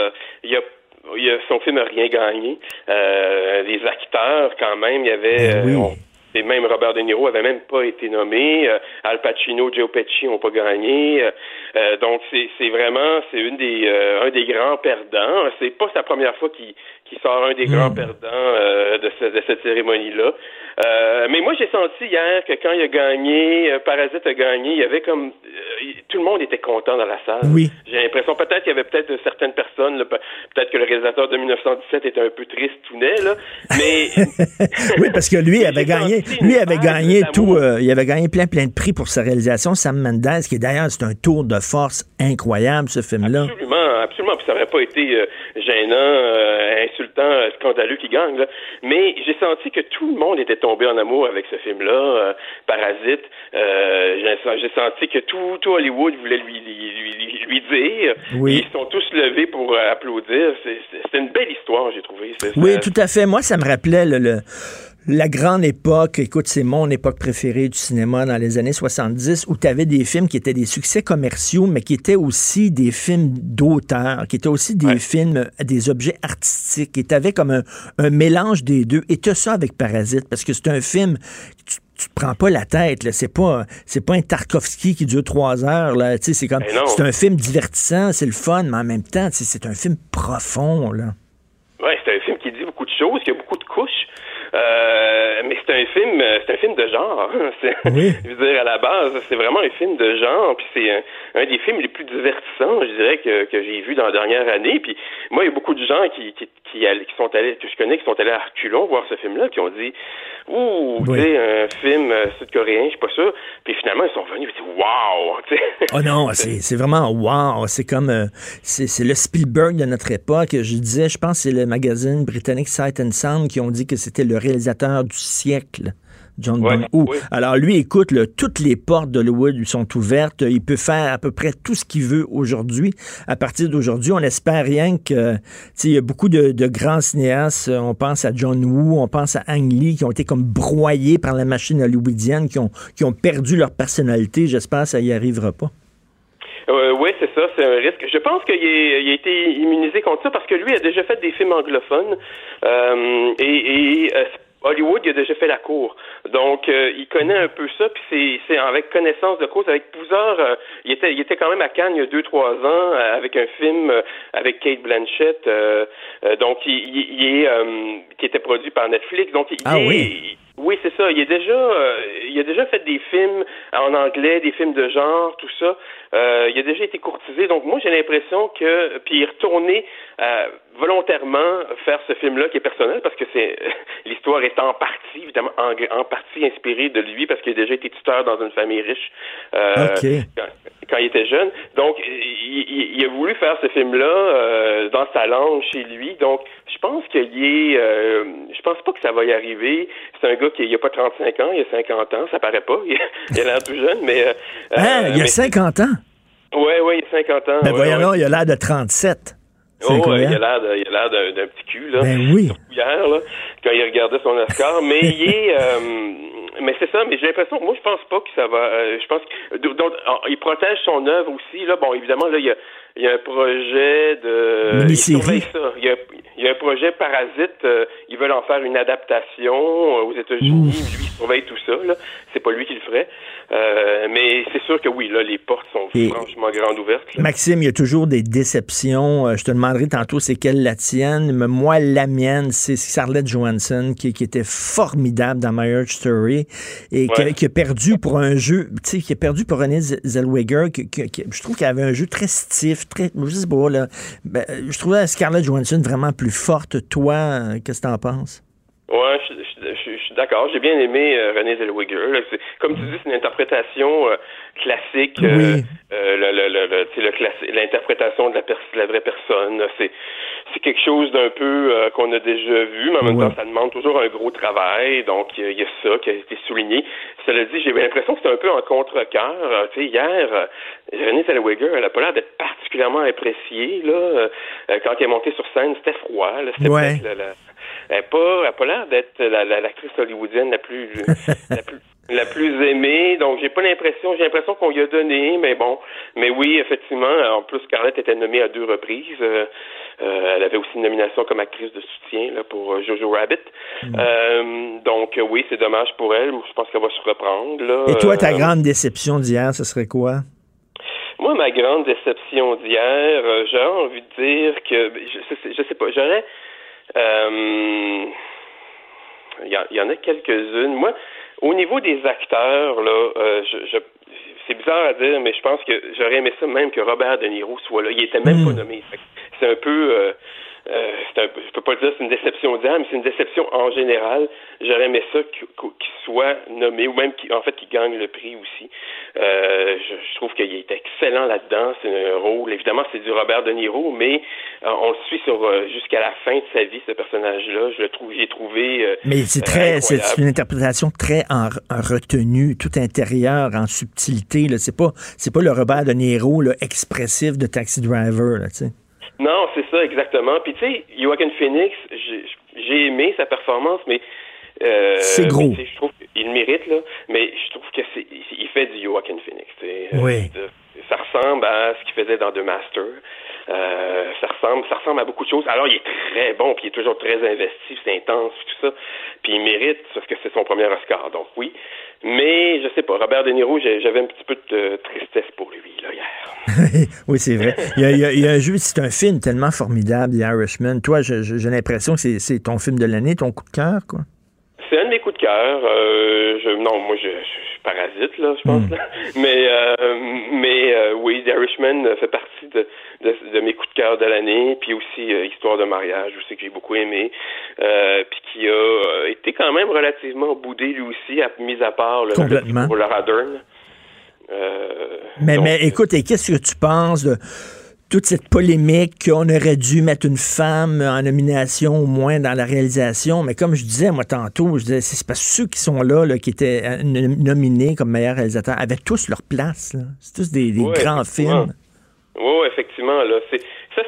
Son film n'a rien gagné. Les acteurs, quand même, il y avait... et même Robert De Niro avait même pas été nommé. Al Pacino, Joe Pesci n'ont pas gagné. Donc, c'est vraiment... C'est un des grands perdants. C'est pas sa première fois qu'il sort un des grands perdants de cette cérémonie-là. Mais moi, j'ai senti hier que quand il a gagné, Parasite a gagné, il y avait comme... tout le monde était content dans la salle. Oui. J'ai l'impression, peut-être qu'il y avait certaines personnes, là, peut-être que le réalisateur de 1917 était un peu triste tout net, là, mais... Oui, parce que lui avait gagné tout, il avait gagné plein de prix pour sa réalisation, Sam Mendes, qui d'ailleurs, c'est un tour de force incroyable, ce film-là. Absolument, puis ça n'aurait pas été gênant, insultant, scandaleux qui gagne, là. Mais j'ai senti que tout le monde était tombé en amour avec ce film-là, Parasite. J'ai senti que tout Hollywood voulait lui dire. Oui. Ils sont tous levés pour applaudir. C'est une belle histoire, j'ai trouvé. Oui, tout à fait. Moi, ça me rappelait la grande époque. Écoute, c'est mon époque préférée du cinéma dans les années 70, où tu avais des films qui étaient des succès commerciaux, mais qui étaient aussi des films d'auteur, qui étaient aussi des films, des objets artistiques, et tu avais comme un mélange des deux. Et tu as ça avec Parasite, parce que c'est un film... Tu te prends pas la tête, là. C'est pas un Tarkovsky qui dure 3 heures, là. Tu sais, c'est comme, c'est un film divertissant, c'est le fun, mais en même temps, c'est un film profond, là. Ouais, c'est un film qui dit beaucoup de choses, qui a beaucoup de couches. Mais c'est un film de genre. Oui. Je veux dire, à la base, c'est vraiment un film de genre, puis c'est un des films les plus divertissants, je dirais, que j'ai vu dans la dernière année. Puis moi, il y a beaucoup de gens qui sont allés, que je connais, qui sont allés à reculons voir ce film-là, qui ont dit, ouh, tu sais, un film sud-coréen, je suis pas sûr. Puis finalement, ils sont revenus, ils disent, waouh, tu sais. Oh non, c'est vraiment wow. C'est comme c'est le Spielberg de notre époque. Je disais, je pense que c'est le magazine britannique Sight and Sound qui ont dit que c'était le réalisateur du siècle, John Bong-ho. Oui. Alors lui, écoute, toutes les portes d'Hollywood lui sont ouvertes. Il peut faire à peu près tout ce qu'il veut aujourd'hui. À partir d'aujourd'hui, on espère rien que... Il y a beaucoup de grands cinéastes. On pense à John Woo, on pense à Ang Lee, qui ont été comme broyés par la machine hollywoodienne, qui ont perdu leur personnalité. J'espère que ça y arrivera pas. Oui, c'est ça, c'est un risque. Je pense qu'il a été immunisé contre ça parce que lui a déjà fait des films anglophones Hollywood, il a déjà fait la cour. Donc, il connaît un peu ça, puis c'est avec connaissance de cause, avec plusieurs... il était quand même à Cannes il y a 2-3 ans, avec un film avec Cate Blanchett, donc qui était produit par Netflix. Donc, oui, c'est ça. Il a déjà fait des films en anglais, des films de genre, tout ça. Il a déjà été courtisé. Donc, moi, j'ai l'impression que... Puis, il est retourné volontairement faire ce film-là qui est personnel parce que l'histoire est en partie, évidemment, en partie inspirée de lui parce qu'il a déjà été tuteur dans une famille riche quand il était jeune. Donc, il a voulu faire ce film-là dans sa langue chez lui. Donc, je pense je pense pas que ça va y arriver. C'est un gars qui il a pas 35 ans, il a 50 ans, ça paraît pas. Il a l'air tout jeune, mais... il a 50 ans? Oui, il a 50 ans. Ben voyons, il a l'air de 37. Il a l'air d'un petit cul, là. Ben oui. Hier, là, quand il regardait son Oscar. Mais il est... mais c'est ça, mais j'ai l'impression... Moi, je pense pas que ça va... je pense que... Donc, il protège son œuvre aussi, là. Bon, évidemment, là, il y a un projet de... Mini-série. Il y a un projet Parasite. Ils veulent en faire une adaptation aux États-Unis. Lui, il surveille tout ça, là. C'est pas lui qui le ferait. Mais c'est sûr que oui, là, les portes sont franchement grandes ouvertes. Là. Maxime, il y a toujours des déceptions. Je te demanderai tantôt c'est quelle la tienne. Mais moi, la mienne, c'est Scarlett Johansson qui était formidable dans Marriage Story et qui a perdu pour un jeu, tu sais, qui a perdu pour Renée Zellweger. Je trouve qu'elle avait un jeu très stiff, je sais pas, là. Je trouvais Scarlett Johansson vraiment plus forte. Toi, qu'est-ce que t'en penses? Ouais, je suis d'accord. J'ai bien aimé Renée Zellweger. Là, comme tu dis, c'est une interprétation classique. Oui. L'interprétation de la vraie personne. C'est quelque chose d'un peu qu'on a déjà vu, mais en même temps, ça demande toujours un gros travail. Donc, il y a ça qui a été souligné. Cela dit, j'ai l'impression que c'est un peu en contre-cœur. Tu sais, hier, Renée Zellweger, elle a pas l'air d'être particulièrement appréciée. Là, quand elle est montée sur scène, c'était froid. Là, c'était elle n'a pas l'air d'être l'actrice hollywoodienne la plus aimée, donc j'ai l'impression qu'on lui a donné, mais bon, mais oui, effectivement, en plus Scarlett était nommée à 2 reprises, elle avait aussi une nomination comme actrice de soutien là, pour Jojo Rabbit, donc oui, c'est dommage pour elle, je pense qu'elle va se reprendre. Là, et toi, ta grande déception d'hier, ce serait quoi? Moi, ma grande déception d'hier, j'aurais envie de dire que, je sais pas, j'aurais... Il y en a quelques-unes. Moi, au niveau des acteurs, là, c'est bizarre à dire, mais je pense que j'aurais aimé ça même que Robert De Niro soit là. Il était même pas nommé. C'est un peu... je peux pas dire que c'est une déception d'hier, mais c'est une déception en général. J'aurais aimé ça qu'il soit nommé, ou même qu'il gagne le prix aussi. Je trouve qu'il est excellent là-dedans. C'est un rôle, évidemment, c'est du Robert De Niro, mais on le suit jusqu'à la fin de sa vie, ce personnage-là. J'ai trouvé. Mais c'est une interprétation très en retenue, tout intérieur, en subtilité. Là. C'est pas le Robert De Niro là, expressif de Taxi Driver, là, tu sais. Non, c'est ça, exactement. Puis tu sais, Joaquin Phoenix, j'ai aimé sa performance, mais c'est gros. Je trouve qu'il le mérite, là, mais je trouve que il fait du Joaquin Phoenix. Oui. Ça ressemble à ce qu'il faisait dans The Master. Ça ressemble à beaucoup de choses. Alors, il est très bon, puis il est toujours très investi, c'est intense, tout ça. Puis il mérite, parce que c'est son premier Oscar, donc oui. Mais, je sais pas, Robert De Niro, j'avais un petit peu de tristesse pour lui, là, hier. Oui, c'est vrai. Il y a un jeu, c'est un film tellement formidable, The Irishman. Toi, j'ai l'impression que c'est ton film de l'année, ton coup de cœur, quoi. c'est un de mes coups de cœur. Moi, je suis parasite, là, je pense. Là. Mais oui, The Irishman fait partie de mes coups de cœur de l'année. Puis aussi, Histoire de mariage, aussi que j'ai beaucoup aimé. Puis qui a été quand même relativement boudé, lui aussi, mis à part pour Laura Dern. Mais écoute, et qu'est-ce que tu penses de toute cette polémique qu'on aurait dû mettre une femme en nomination au moins dans la réalisation? Mais comme je disais, moi, tantôt, c'est parce que ceux qui sont là qui étaient nominés comme meilleurs réalisateurs avaient tous leur place. Là. C'est tous des grands films. Oui, effectivement. Là, c'est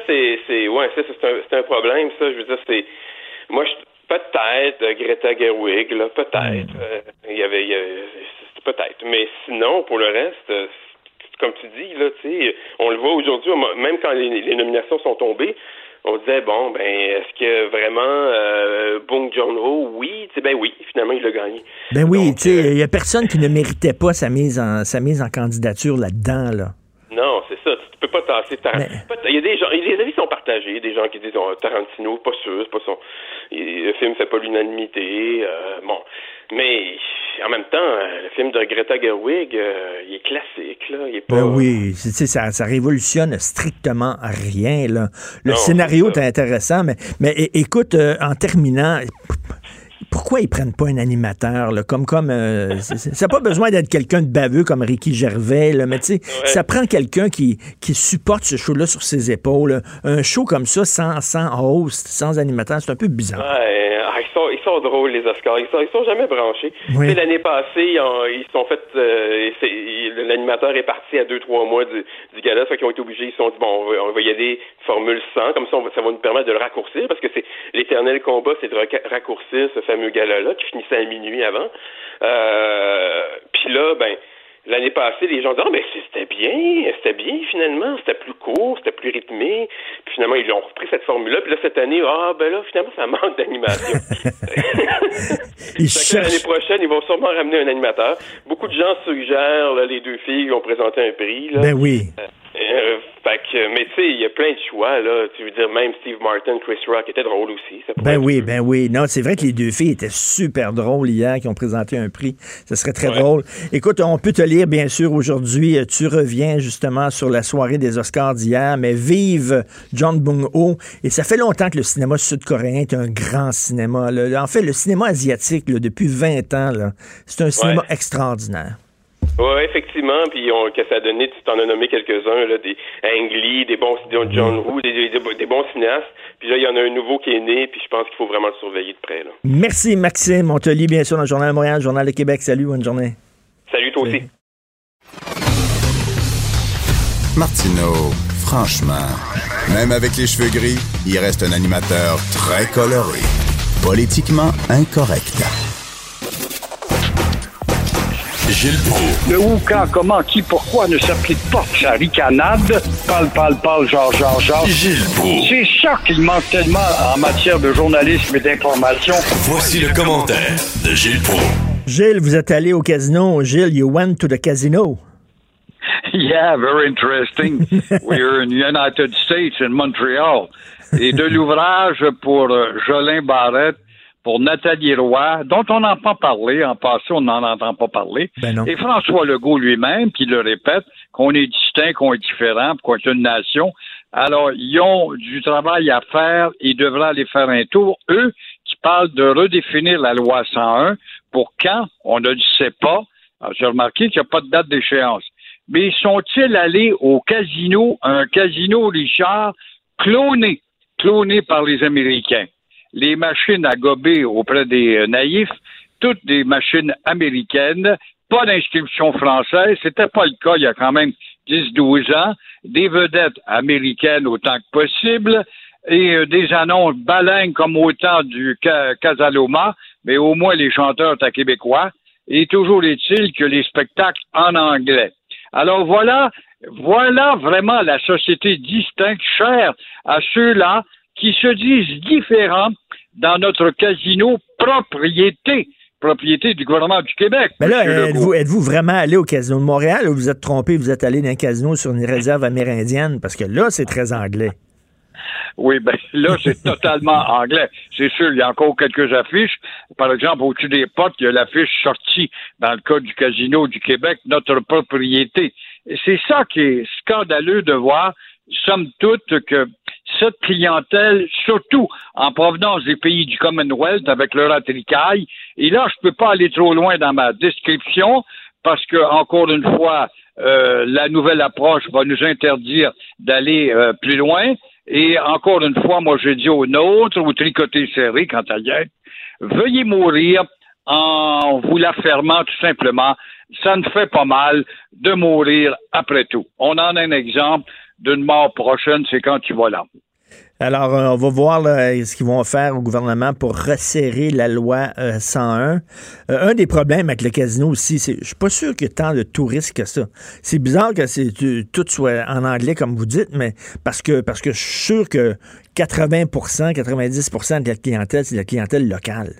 un problème, ça. Je veux dire, moi, peut-être Greta Gerwig, là, peut-être. Peut-être. Mais sinon, pour le reste, comme tu dis, là, tu sais, on le voit aujourd'hui, même quand les nominations sont tombées, on disait, est-ce que vraiment Bong Joon-ho, oui, finalement, il a gagné. Ben oui, tu sais, il n'y a personne qui ne méritait pas sa mise en candidature là-dedans, là. Non, c'est ça. Tu peux pas tasser Il y a des gens, les avis sont partagés. Il y a des gens qui disent Tarantino, pas sûr, c'est pas son. Le film fait pas l'unanimité. Mais en même temps, le film de Greta Gerwig, il est classique, là. Il est pas. Ben oui, ça révolutionne strictement rien, là. Le scénario est intéressant, mais écoute, en terminant. Pourquoi ils prennent pas un animateur, là, comme ça n'a pas besoin d'être quelqu'un de baveux comme Ricky Gervais, là, mais tu sais, ça prend quelqu'un qui supporte ce show-là sur ses épaules. Un show comme ça, sans host, sans animateur, c'est un peu bizarre. Ouais, ils sont drôles, les Oscars. Ils sont jamais branchés. Oui. Tu sais, l'année passée, ils sont fait... l'animateur est parti à 2-3 mois du gala, fait qu'ils ont été obligés, ils se sont dit, on va y aller formule 100, comme ça, ça va nous permettre de le raccourcir, parce que c'est l'éternel combat, c'est de raccourcir ce fameux gala-là, qui finissait à minuit avant. Puis là, l'année passée, les gens disaient, c'était bien finalement, c'était plus court, c'était plus rythmé. Puis finalement, ils ont repris cette formule-là. Puis là, cette année, finalement, ça manque d'animation. L'année prochaine, ils vont sûrement ramener un animateur. Beaucoup de gens suggèrent, là, les deux filles ont présenté un prix. Là. Ben oui. Mais tu sais, il y a plein de choix, là. Tu veux dire, même Steve Martin, Chris Rock étaient drôles aussi. Ben oui. Non, c'est vrai que les deux filles étaient super drôles hier, qui ont présenté un prix. Ce serait très drôle. Écoute, on peut te lire, bien sûr, aujourd'hui. Tu reviens, justement, sur la soirée des Oscars d'hier, mais vive John Bong-ho. Et ça fait longtemps que le cinéma sud-coréen est un grand cinéma. Là. En fait, le cinéma asiatique, là, depuis 20 ans, là, c'est un cinéma extraordinaire. Oui, effectivement, puis que ça a donné, tu t'en as nommé quelques-uns, là, des Ang Lee, des bons John Woo, des bons cinéastes, puis là, il y en a un nouveau qui est né, puis je pense qu'il faut vraiment le surveiller de près, là. Merci, Maxime. On te lit, bien sûr, dans le Journal de Montréal, le Journal de Québec. Salut, bonne journée. Salut, toi aussi. Martineau, franchement, même avec les cheveux gris, il reste un animateur très coloré, politiquement incorrect. Gilles Proulx. Le où, quand, comment, qui, pourquoi ne s'applique pas sa ricanade. Parle, genre. Gilles Proulx. C'est ça qu'il manque tellement en matière de journalisme et d'information. Voici le commentaire de Gilles Proulx. Gilles, vous êtes allé au casino. Gilles, you went to the casino. Yeah, very interesting. We're in the United States, in Montreal. Et de l'ouvrage pour Jolin Barrette, pour Nathalie Roy, dont on n'entend pas parler. En passé, on n'en entend pas parler. Ben non. Et François Legault lui-même, qui le répète, qu'on est distinct, qu'on est différent, qu'on est une nation. Alors, ils ont du travail à faire. Ils devraient aller faire un tour. Eux, qui parlent de redéfinir la loi 101, pour quand? On ne le sait pas. Alors, j'ai remarqué qu'il n'y a pas de date d'échéance. Mais sont-ils allés au casino, un casino, Richard, cloné par les Américains? Les machines à gober auprès des naïfs, toutes des machines américaines, pas d'inscription française, c'était pas le cas il y a quand même 10-12 ans, des vedettes américaines autant que possible, et des annonces baleines comme au temps du Casaloma, mais au moins les chanteurs étaient québécois, et toujours est-il que les spectacles en anglais. Alors voilà vraiment la société distincte, chère à ceux-là qui se disent différents dans notre casino propriété du gouvernement du Québec. Mais là, êtes-vous vraiment allé au casino de Montréal ou vous êtes trompé, vous êtes allé dans un casino sur une réserve amérindienne? Parce que là, c'est très anglais. Oui, ben là, c'est totalement anglais. C'est sûr, il y a encore quelques affiches. Par exemple, au-dessus des portes, il y a l'affiche sortie dans le cas du Casino du Québec, notre propriété. Et c'est ça qui est scandaleux de voir, somme toute, que cette clientèle, surtout en provenance des pays du Commonwealth avec leur attricaille, et là, je peux pas aller trop loin dans ma description parce que, encore une fois, la nouvelle approche va nous interdire d'aller plus loin. Et encore une fois, moi, je dis aux nôtres, aux tricotés serrés, quant à hier, veuillez mourir en vous la fermant tout simplement. Ça ne fait pas mal de mourir après tout. On en a un exemple d'une mort prochaine, c'est quand tu vas là. Alors, on va voir là, ce qu'ils vont faire au gouvernement pour resserrer la loi 101. Un des problèmes avec le casino aussi, c'est je suis pas sûr qu'il y ait tant de touristes que ça. C'est bizarre que tout soit en anglais, comme vous dites, mais parce que je suis sûr que 80%, 90% de la clientèle, c'est de la clientèle locale.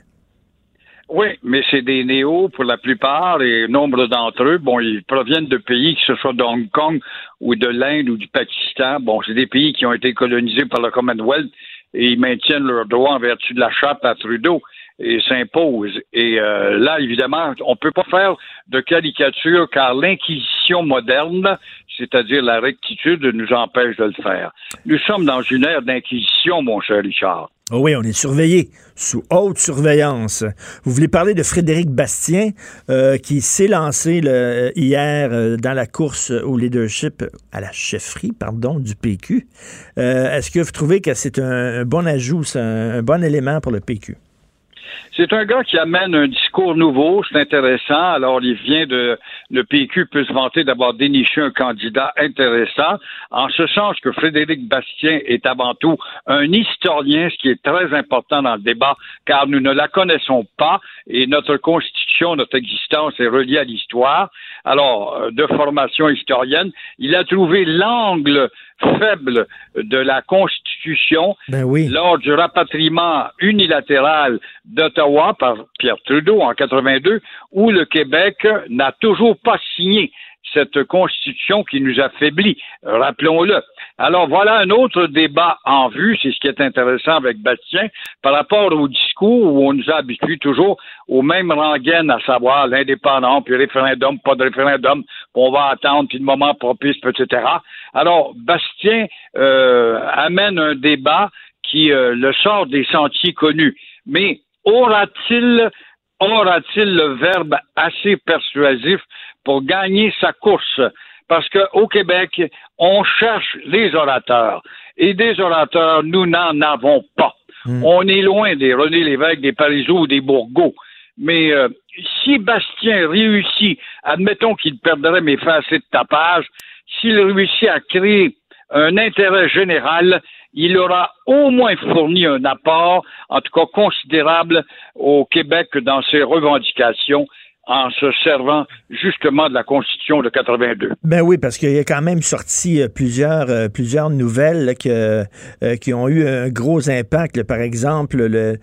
Oui, mais c'est des néos pour la plupart et nombre d'entre eux, bon, ils proviennent de pays, que ce soit de Hong Kong ou de l'Inde ou du Pakistan. Bon, c'est des pays qui ont été colonisés par le Commonwealth et ils maintiennent leurs droits en vertu de la charte à Trudeau et s'imposent. Et là, évidemment, on peut pas faire de caricature car l'Inquisition moderne, c'est-à-dire la rectitude, nous empêche de le faire. Nous sommes dans une ère d'Inquisition, mon cher Richard. Oh oui, on est surveillé, sous haute surveillance. Vous voulez parler de Frédéric Bastien, qui s'est lancé hier dans la course au leadership, à la chefferie, du PQ. Est-ce que vous trouvez que c'est un bon ajout, c'est un bon élément pour le PQ? C'est un gars qui amène un discours nouveau, c'est intéressant. Alors, il vient de... Le PQ peut se vanter d'avoir déniché un candidat intéressant, en ce sens que Frédéric Bastien est avant tout un historien, ce qui est très important dans le débat, car nous ne la connaissons pas, et notre constitution, notre existence est reliée à l'histoire. Alors, de formation historienne, il a trouvé l'angle faible de la Constitution lors du rapatriement unilatéral d'Ottawa par Pierre Trudeau en 82, où le Québec n'a toujours pas signé cette Constitution qui nous affaiblit, rappelons-le. Alors voilà un autre débat en vue, c'est ce qui est intéressant avec Bastien, par rapport au discours où on nous a habitués toujours aux mêmes rengaines, à savoir l'indépendance, puis référendum, pas de référendum, on va attendre, puis le moment propice, etc. Alors Bastien amène un débat qui le sort des sentiers connus, mais aura-t-il le verbe assez persuasif pour gagner sa course? Parce qu'au Québec, on cherche les orateurs. Et des orateurs, nous n'en avons pas. On est loin des René Lévesque, des Parizeau ou des Bourgault. Mais si Bastien réussit, admettons qu'il perdrait mais fait assez de tapage, s'il réussit à créer un intérêt général, il aura au moins fourni un apport, en tout cas considérable, au Québec dans ses revendications, en se servant justement de la Constitution de 82. Ben oui, parce qu'il y a quand même sorti plusieurs nouvelles là, qui ont eu un gros impact. Là. Par exemple,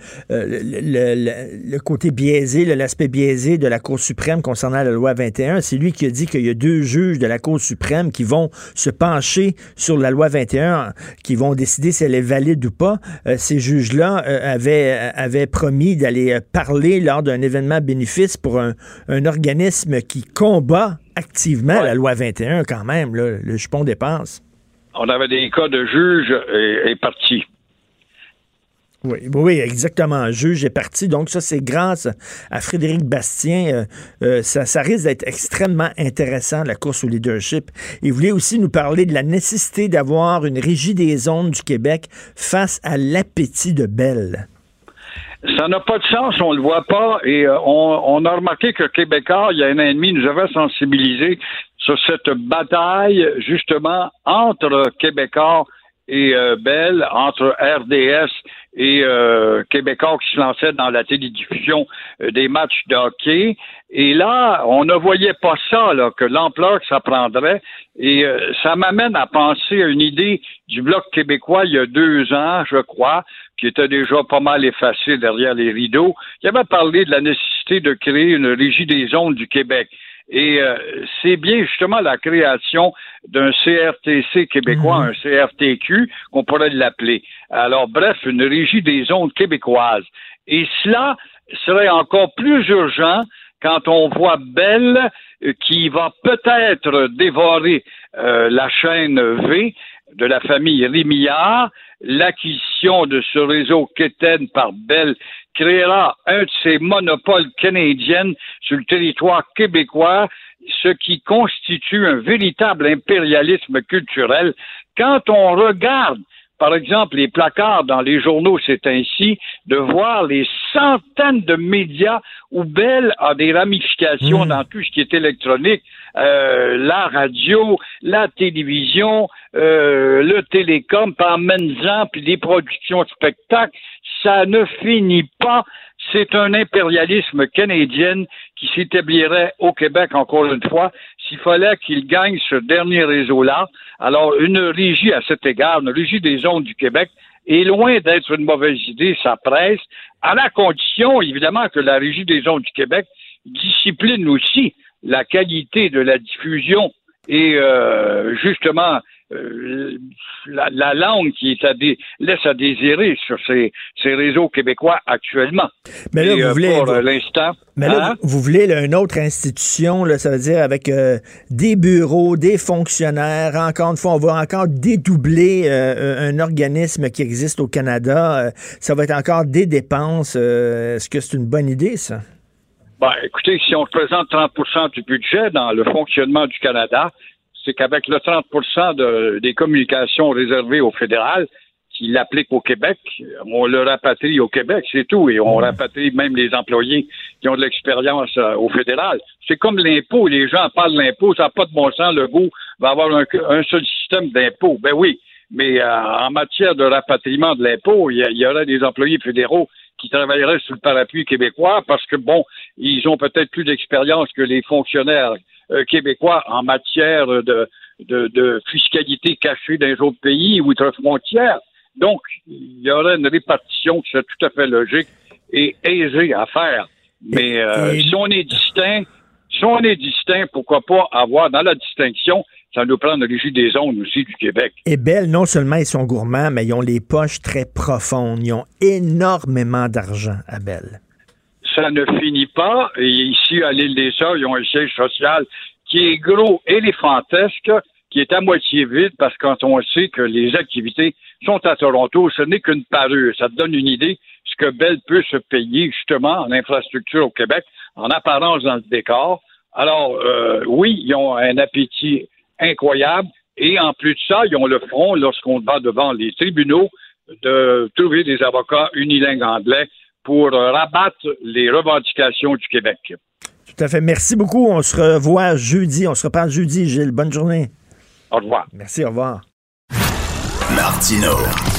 le côté biaisé, l'aspect biaisé de la Cour suprême concernant la loi 21. C'est lui qui a dit qu'il y a 2 juges de la Cour suprême qui vont se pencher sur la loi 21, qui vont décider si elle est valide ou pas. Ces juges-là avaient promis d'aller parler lors d'un événement bénéfice pour un organisme qui combat activement la loi 21 quand même, là, le jupon dépense. On avait des cas de juge et parti. Oui, exactement. Un juge est parti. Donc ça, c'est grâce à Frédéric Bastien. Ça risque d'être extrêmement intéressant, la course au leadership. Il voulait aussi nous parler de la nécessité d'avoir une régie des ondes du Québec face à l'appétit de Bell. Ça n'a pas de sens, on le voit pas, et on a remarqué que Québécois, il y a un an et demi, nous avait sensibilisé sur cette bataille, justement, entre Québécois et Bell, entre RDS et Québécois qui se lançaient dans la télédiffusion des matchs de hockey. Et là, on ne voyait pas ça, là, que l'ampleur que ça prendrait. Et ça m'amène à penser à une idée du Bloc québécois il y a 2 ans, je crois, qui était déjà pas mal effacé derrière les rideaux. Il avait parlé de la nécessité de créer une régie des ondes du Québec. Et c'est bien justement la création d'un CRTC québécois, un CRTQ, qu'on pourrait l'appeler. Alors, bref, une régie des ondes québécoises. Et cela serait encore plus urgent quand on voit Bell qui va peut-être dévorer la chaîne V de la famille Rémillard. L'acquisition de ce réseau Keten par Bell créera un de ces monopoles canadiens sur le territoire québécois, ce qui constitue un véritable impérialisme culturel. Quand on regarde, par exemple, les placards dans les journaux, c'est ainsi, de voir les centaines de médias où Bell a des ramifications dans tout ce qui est électronique, la radio, la télévision, le télécom, par même-en, puis des productions de spectacles, ça ne finit pas. C'est un impérialisme canadien qui s'établirait au Québec, encore une fois, s'il fallait qu'il gagne ce dernier réseau-là. Alors, une régie à cet égard, une régie des ondes du Québec, est loin d'être une mauvaise idée, ça presse, à la condition, évidemment, que la régie des ondes du Québec discipline aussi la qualité de la diffusion et, justement, la langue qui est laisse à désirer sur ces réseaux québécois actuellement. Mais là, l'instant. Mais là, vous voulez là, une autre institution, là, ça veut dire avec des bureaux, des fonctionnaires. Encore une fois, on va encore dédoubler un organisme qui existe au Canada. Ça va être encore des dépenses. Est-ce que c'est une bonne idée, ça? Ben, écoutez, si on représente 30% du budget dans le fonctionnement du Canada, c'est qu'avec le 30% des communications réservées au fédéral, qui l'appliquent au Québec, on le rapatrie au Québec, c'est tout, et on rapatrie même les employés qui ont de l'expérience au fédéral. C'est comme l'impôt, les gens parlent de l'impôt, ça n'a pas de bon sens, le goût va avoir un seul système d'impôt. Ben oui, mais en matière de rapatriement de l'impôt, il y aurait des employés fédéraux qui travailleraient sous le parapluie québécois parce que, bon, ils ont peut-être plus d'expérience que les fonctionnaires québécois en matière de fiscalité cachée dans les autres pays ou outre-frontières. Donc, il y aurait une répartition qui serait tout à fait logique et aisée à faire. Mais si on est distinct, pourquoi pas avoir dans la distinction, ça nous prend une régie des ondes aussi du Québec. Et Bell, non seulement ils sont gourmands, mais ils ont les poches très profondes. Ils ont énormément d'argent à Bell. Ça ne finit pas. Et ici, à l'île des Sœurs, ils ont un siège social qui est gros, éléphantesque, qui est à moitié vide, parce que quand on sait que les activités sont à Toronto, ce n'est qu'une parure. Ça te donne une idée de ce que Bell peut se payer, justement, en infrastructure au Québec, en apparence dans le décor. Alors, oui, ils ont un appétit incroyable, et en plus de ça, ils ont le front, lorsqu'on va devant les tribunaux, de trouver des avocats unilingues anglais pour rabattre les revendications du Québec. Tout à fait. Merci beaucoup. On se revoit jeudi. On se reparle jeudi, Gilles. Bonne journée. Au revoir. Merci, au revoir. Martineau.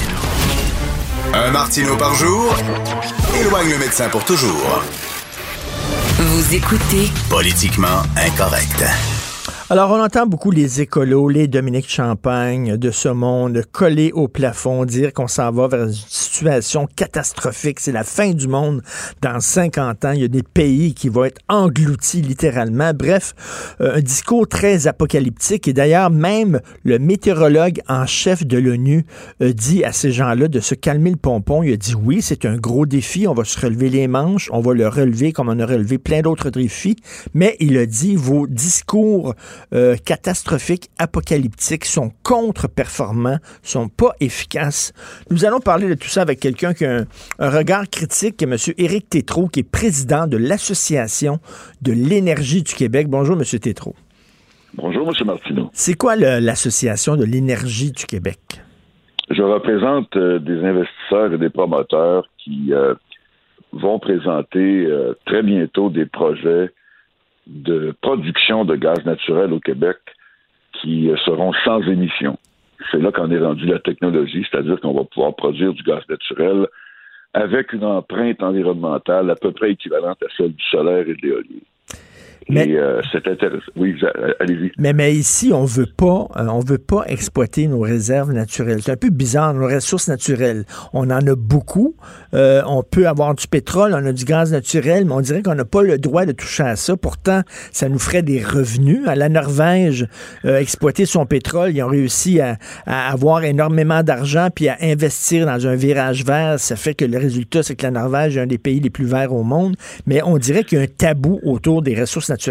Un Martineau par jour éloigne le médecin pour toujours. Vous écoutez Politiquement incorrect. Alors, on entend beaucoup les écolos, les Dominique Champagne de ce monde coller au plafond, dire qu'on s'en va vers une situation catastrophique. C'est la fin du monde dans 50 ans. Il y a des pays qui vont être engloutis littéralement. Bref, un discours très apocalyptique. Et d'ailleurs, même le météorologue en chef de l'ONU dit à ces gens-là de se calmer le pompon. Il a dit oui, c'est un gros défi. On va se relever les manches. On va le relever comme on a relevé plein d'autres défis. Mais il a dit, vos discours catastrophiques, apocalyptiques, sont contre-performants, sont pas efficaces. Nous allons parler de tout ça avec quelqu'un qui a un regard critique, M. Éric Tétrault, qui est président de l'Association de l'énergie du Québec. Bonjour, M. Tétrault. Bonjour, M. Martineau. C'est quoi l'Association de l'énergie du Québec? Je représente des investisseurs et des promoteurs qui vont présenter très bientôt des projets de production de gaz naturel au Québec qui seront sans émission. C'est là qu'en est rendue la technologie, c'est-à-dire qu'on va pouvoir produire du gaz naturel avec une empreinte environnementale à peu près équivalente à celle du solaire et de l'éolien. Et c'est intéressant. Oui, allez-y. Mais ici, on veut pas exploiter nos réserves naturelles. C'est un peu bizarre, nos ressources naturelles. On en a beaucoup. On peut avoir du pétrole, on a du gaz naturel, mais on dirait qu'on n'a pas le droit de toucher à ça. Pourtant, ça nous ferait des revenus. La Norvège exploiter son pétrole, ils ont réussi à avoir énormément d'argent puis à investir dans un virage vert. Ça fait que le résultat, c'est que la Norvège est un des pays les plus verts au monde. Mais on dirait qu'il y a un tabou autour des ressources naturelles.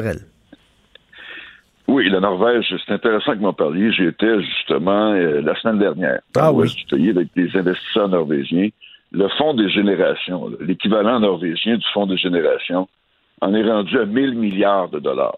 Oui, la Norvège, c'est intéressant que vous m'en parliez. J'y étais justement la semaine dernière. Du pays avec des investisseurs norvégiens. Le Fonds des générations, l'équivalent norvégien du Fonds des générations, en est rendu à 1000 milliards de dollars.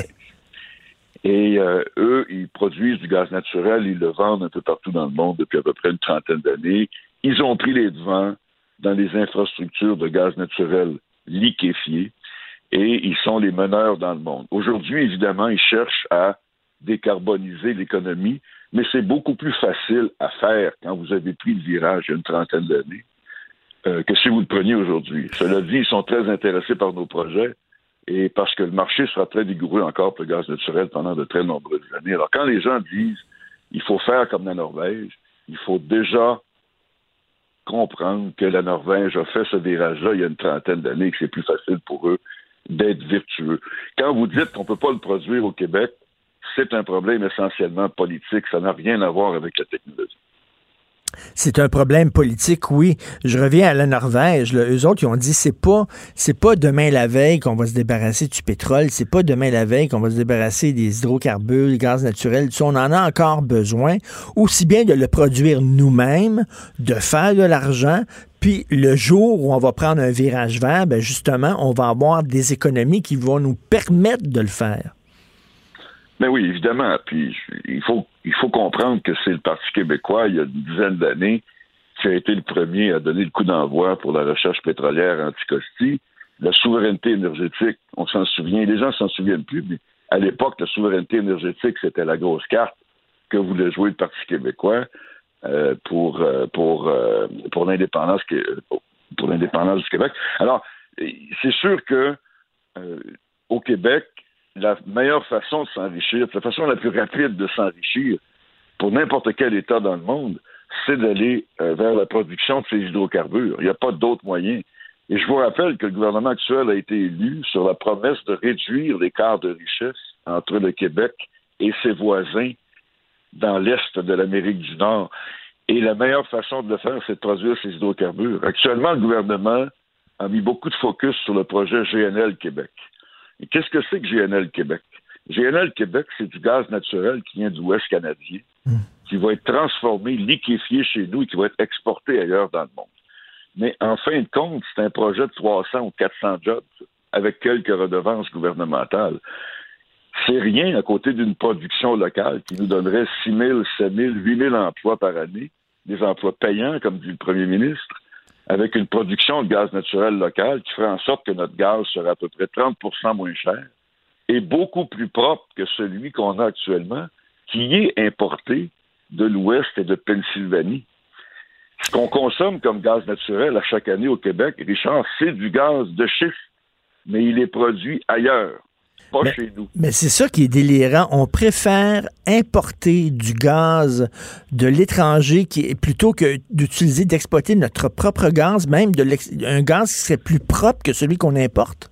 Et eux, ils produisent du gaz naturel, ils le vendent un peu partout dans le monde depuis à peu près une trentaine d'années. Ils ont pris les devants dans les infrastructures de gaz naturel liquéfié. Et ils sont les meneurs dans le monde. Aujourd'hui, évidemment, ils cherchent à décarboniser l'économie, mais c'est beaucoup plus facile à faire quand vous avez pris le virage il y a une trentaine d'années que si vous le preniez aujourd'hui. Cela dit, ils sont très intéressés par nos projets et parce que le marché sera très vigoureux encore pour le gaz naturel pendant de très nombreuses années. Alors, quand les gens disent il faut faire comme la Norvège, il faut déjà comprendre que la Norvège a fait ce virage-là il y a une trentaine d'années et que c'est plus facile pour eux d'être vertueux. Quand vous dites qu'on ne peut pas le produire au Québec, c'est un problème essentiellement politique. Ça n'a rien à voir avec la technologie. C'est un problème politique, oui. Je reviens à la Norvège. Là. Eux autres, ils ont dit c'est pas demain la veille qu'on va se débarrasser du pétrole. C'est pas demain la veille qu'on va se débarrasser des hydrocarbures, du gaz naturel. On en a encore besoin. Aussi bien de le produire nous-mêmes, de faire de l'argent. Puis le jour où on va prendre un virage vert, ben justement, on va avoir des économies qui vont nous permettre de le faire. Ben oui, évidemment. Puis il faut comprendre que c'est le Parti québécois, il y a une dizaine d'années, qui a été le premier à donner le coup d'envoi pour la recherche pétrolière Anticosti. La souveraineté énergétique, on s'en souvient, les gens s'en souviennent plus, mais à l'époque, la souveraineté énergétique, c'était la grosse carte que voulait jouer le Parti québécois. Pour l'indépendance du Québec. Alors, c'est sûr que au Québec, la meilleure façon de s'enrichir, la façon la plus rapide de s'enrichir pour n'importe quel État dans le monde, c'est d'aller vers la production de ces hydrocarbures. Il n'y a pas d'autre moyen. Et je vous rappelle que le gouvernement actuel a été élu sur la promesse de réduire l'écart de richesse entre le Québec et ses voisins dans l'est de l'Amérique du Nord. Et la meilleure façon de le faire, c'est de produire ces hydrocarbures. Actuellement, le gouvernement a mis beaucoup de focus sur le projet GNL Québec. Et qu'est-ce que c'est que GNL Québec? GNL Québec, c'est du gaz naturel qui vient du Ouest canadien, qui va être transformé, liquéfié chez nous et qui va être exporté ailleurs dans le monde. Mais en fin de compte, c'est un projet de 300 ou 400 jobs avec quelques redevances gouvernementales. C'est rien à côté d'une production locale qui nous donnerait 6 000, 7 000, 8 000 emplois par année, des emplois payants, comme dit le premier ministre, avec une production de gaz naturel local qui ferait en sorte que notre gaz serait à peu près 30 % moins cher et beaucoup plus propre que celui qu'on a actuellement, qui est importé de l'Ouest et de Pennsylvanie. Ce qu'on consomme comme gaz naturel à chaque année au Québec, Richard, c'est du gaz de schiste, mais il est produit ailleurs. Pas chez nous. Mais c'est ça qui est délirant. On préfère importer du gaz de l'étranger plutôt que d'utiliser, d'exploiter notre propre gaz, même un gaz qui serait plus propre que celui qu'on importe?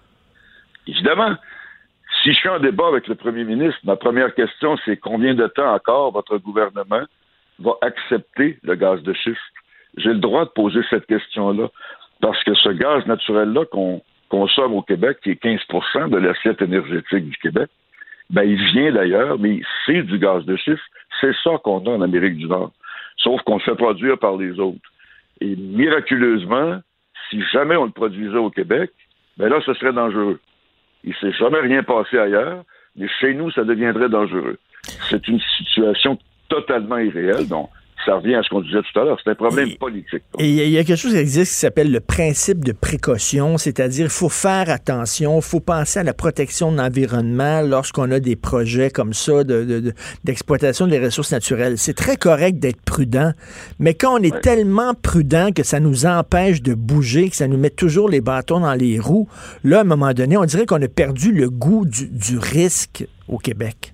Évidemment. Si je suis en débat avec le premier ministre, ma première question, c'est combien de temps encore votre gouvernement va accepter le gaz de schiste? J'ai le droit de poser cette question-là parce que ce gaz naturel-là qu'on consomme au Québec, qui est 15 % de l'assiette énergétique du Québec, ben il vient d'ailleurs, mais c'est du gaz de schiste. C'est ça qu'on a en Amérique du Nord. Sauf qu'on le fait produire par les autres. Et miraculeusement, si jamais on le produisait au Québec, ben là, ce serait dangereux. Il ne s'est jamais rien passé ailleurs, mais chez nous, ça deviendrait dangereux. C'est une situation totalement irréelle. Donc, ça revient à ce qu'on disait tout à l'heure. C'est un problème politique. Et il y a quelque chose qui existe qui s'appelle le principe de précaution, c'est-à-dire il faut faire attention, il faut penser à la protection de l'environnement lorsqu'on a des projets comme ça d'exploitation des ressources naturelles. C'est très correct d'être prudent, mais quand on est tellement prudent que ça nous empêche de bouger, que ça nous met toujours les bâtons dans les roues, là, à un moment donné, on dirait qu'on a perdu le goût du risque au Québec.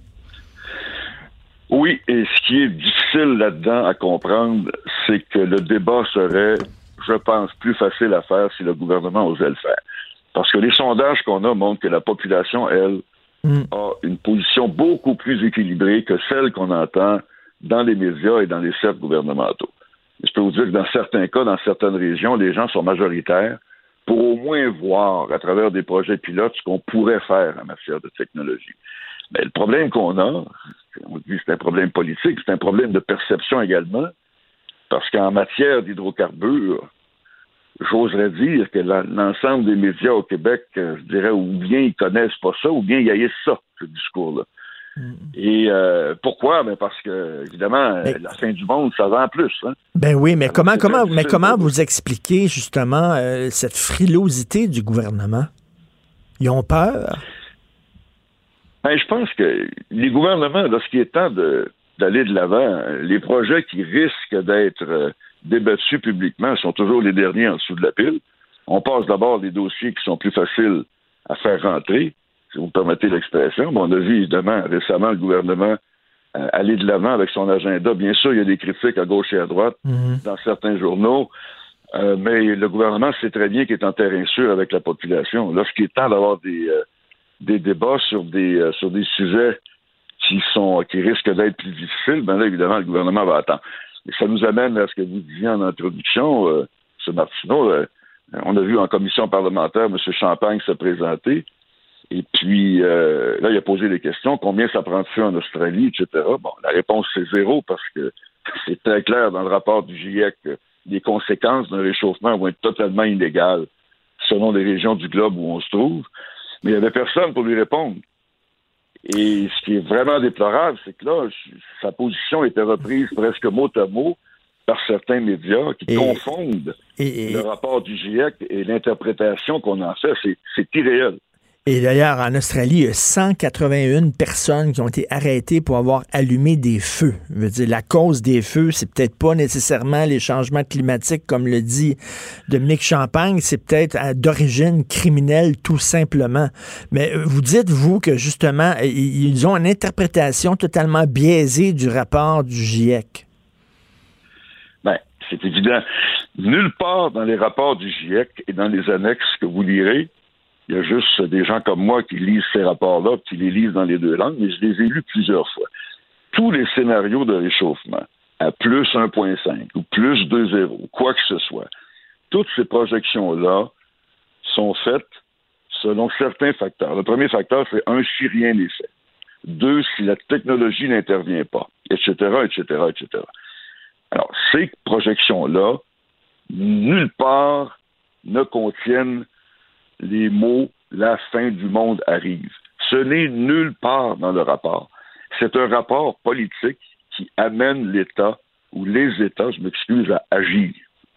Oui, et ce qui est difficile là-dedans à comprendre, c'est que le débat serait, je pense, plus facile à faire si le gouvernement osait le faire. Parce que les sondages qu'on a montrent que la population, elle, a une position beaucoup plus équilibrée que celle qu'on entend dans les médias et dans les cercles gouvernementaux. Et je peux vous dire que dans certains cas, dans certaines régions, les gens sont majoritaires pour au moins voir, à travers des projets pilotes, ce qu'on pourrait faire en matière de technologie. Mais le problème qu'on a, on dit que c'est un problème politique, c'est un problème de perception également, parce qu'en matière d'hydrocarbures, j'oserais dire que l'ensemble des médias au Québec, je dirais, ou bien ils connaissent pas ça, ou bien ils haïssent ça, ce discours-là. Et pourquoi? Ben parce que, évidemment, la fin du monde, ça vend plus. Hein? Ben oui, mais comment vous expliquez, justement, cette frilosité du gouvernement? Ils ont peur? Ben, je pense que les gouvernements, lorsqu'il est temps d'aller de l'avant, les projets qui risquent d'être débattus publiquement sont toujours les derniers en dessous de la pile. On passe d'abord les dossiers qui sont plus faciles à faire rentrer, si vous me permettez l'expression. Bon, on a vu évidemment récemment le gouvernement aller de l'avant avec son agenda. Bien sûr, il y a des critiques à gauche et à droite dans certains journaux, mais le gouvernement sait très bien qu'il est en terrain sûr avec la population. Lorsqu'il est temps d'avoir des débats sur des sujets qui risquent d'être plus difficiles, ben là, évidemment, le gouvernement va attendre. Et ça nous amène à ce que vous disiez en introduction, M. Martineau. On a vu en commission parlementaire M. Champagne se présenter. Et puis, là, il a posé des questions. Combien ça prend de feu en Australie, etc. Bon, la réponse, c'est 0 parce que c'est très clair dans le rapport du GIEC que les conséquences d'un réchauffement vont être totalement inégales selon les régions du globe où on se trouve. Mais il n'y avait personne pour lui répondre. Et ce qui est vraiment déplorable, c'est que là, sa position était reprise presque mot à mot par certains médias qui confondent le rapport du GIEC et l'interprétation qu'on en fait. C'est irréel. Et d'ailleurs, en Australie, il y a 181 personnes qui ont été arrêtées pour avoir allumé des feux. Je veux dire, la cause des feux, c'est peut-être pas nécessairement les changements climatiques, comme le dit Dominique Champagne, c'est peut-être d'origine criminelle, tout simplement. Mais vous dites, vous, que justement, ils ont une interprétation totalement biaisée du rapport du GIEC. Ben, c'est évident. Nulle part dans les rapports du GIEC et dans les annexes que vous lirez, il y a juste des gens comme moi qui lisent ces rapports-là, qui les lisent dans les deux langues, mais je les ai lus plusieurs fois. Tous les scénarios de réchauffement, à plus 1,5 ou plus 2,0, quoi que ce soit, toutes ces projections-là sont faites selon certains facteurs. Le premier facteur, c'est 1, si rien n'est fait. 2, si la technologie n'intervient pas, etc., etc., etc. Alors, ces projections-là, nulle part ne contiennent les mots « la fin du monde arrive ». Ce n'est nulle part dans le rapport. C'est un rapport politique qui amène l'État, ou les États, je m'excuse, à agir.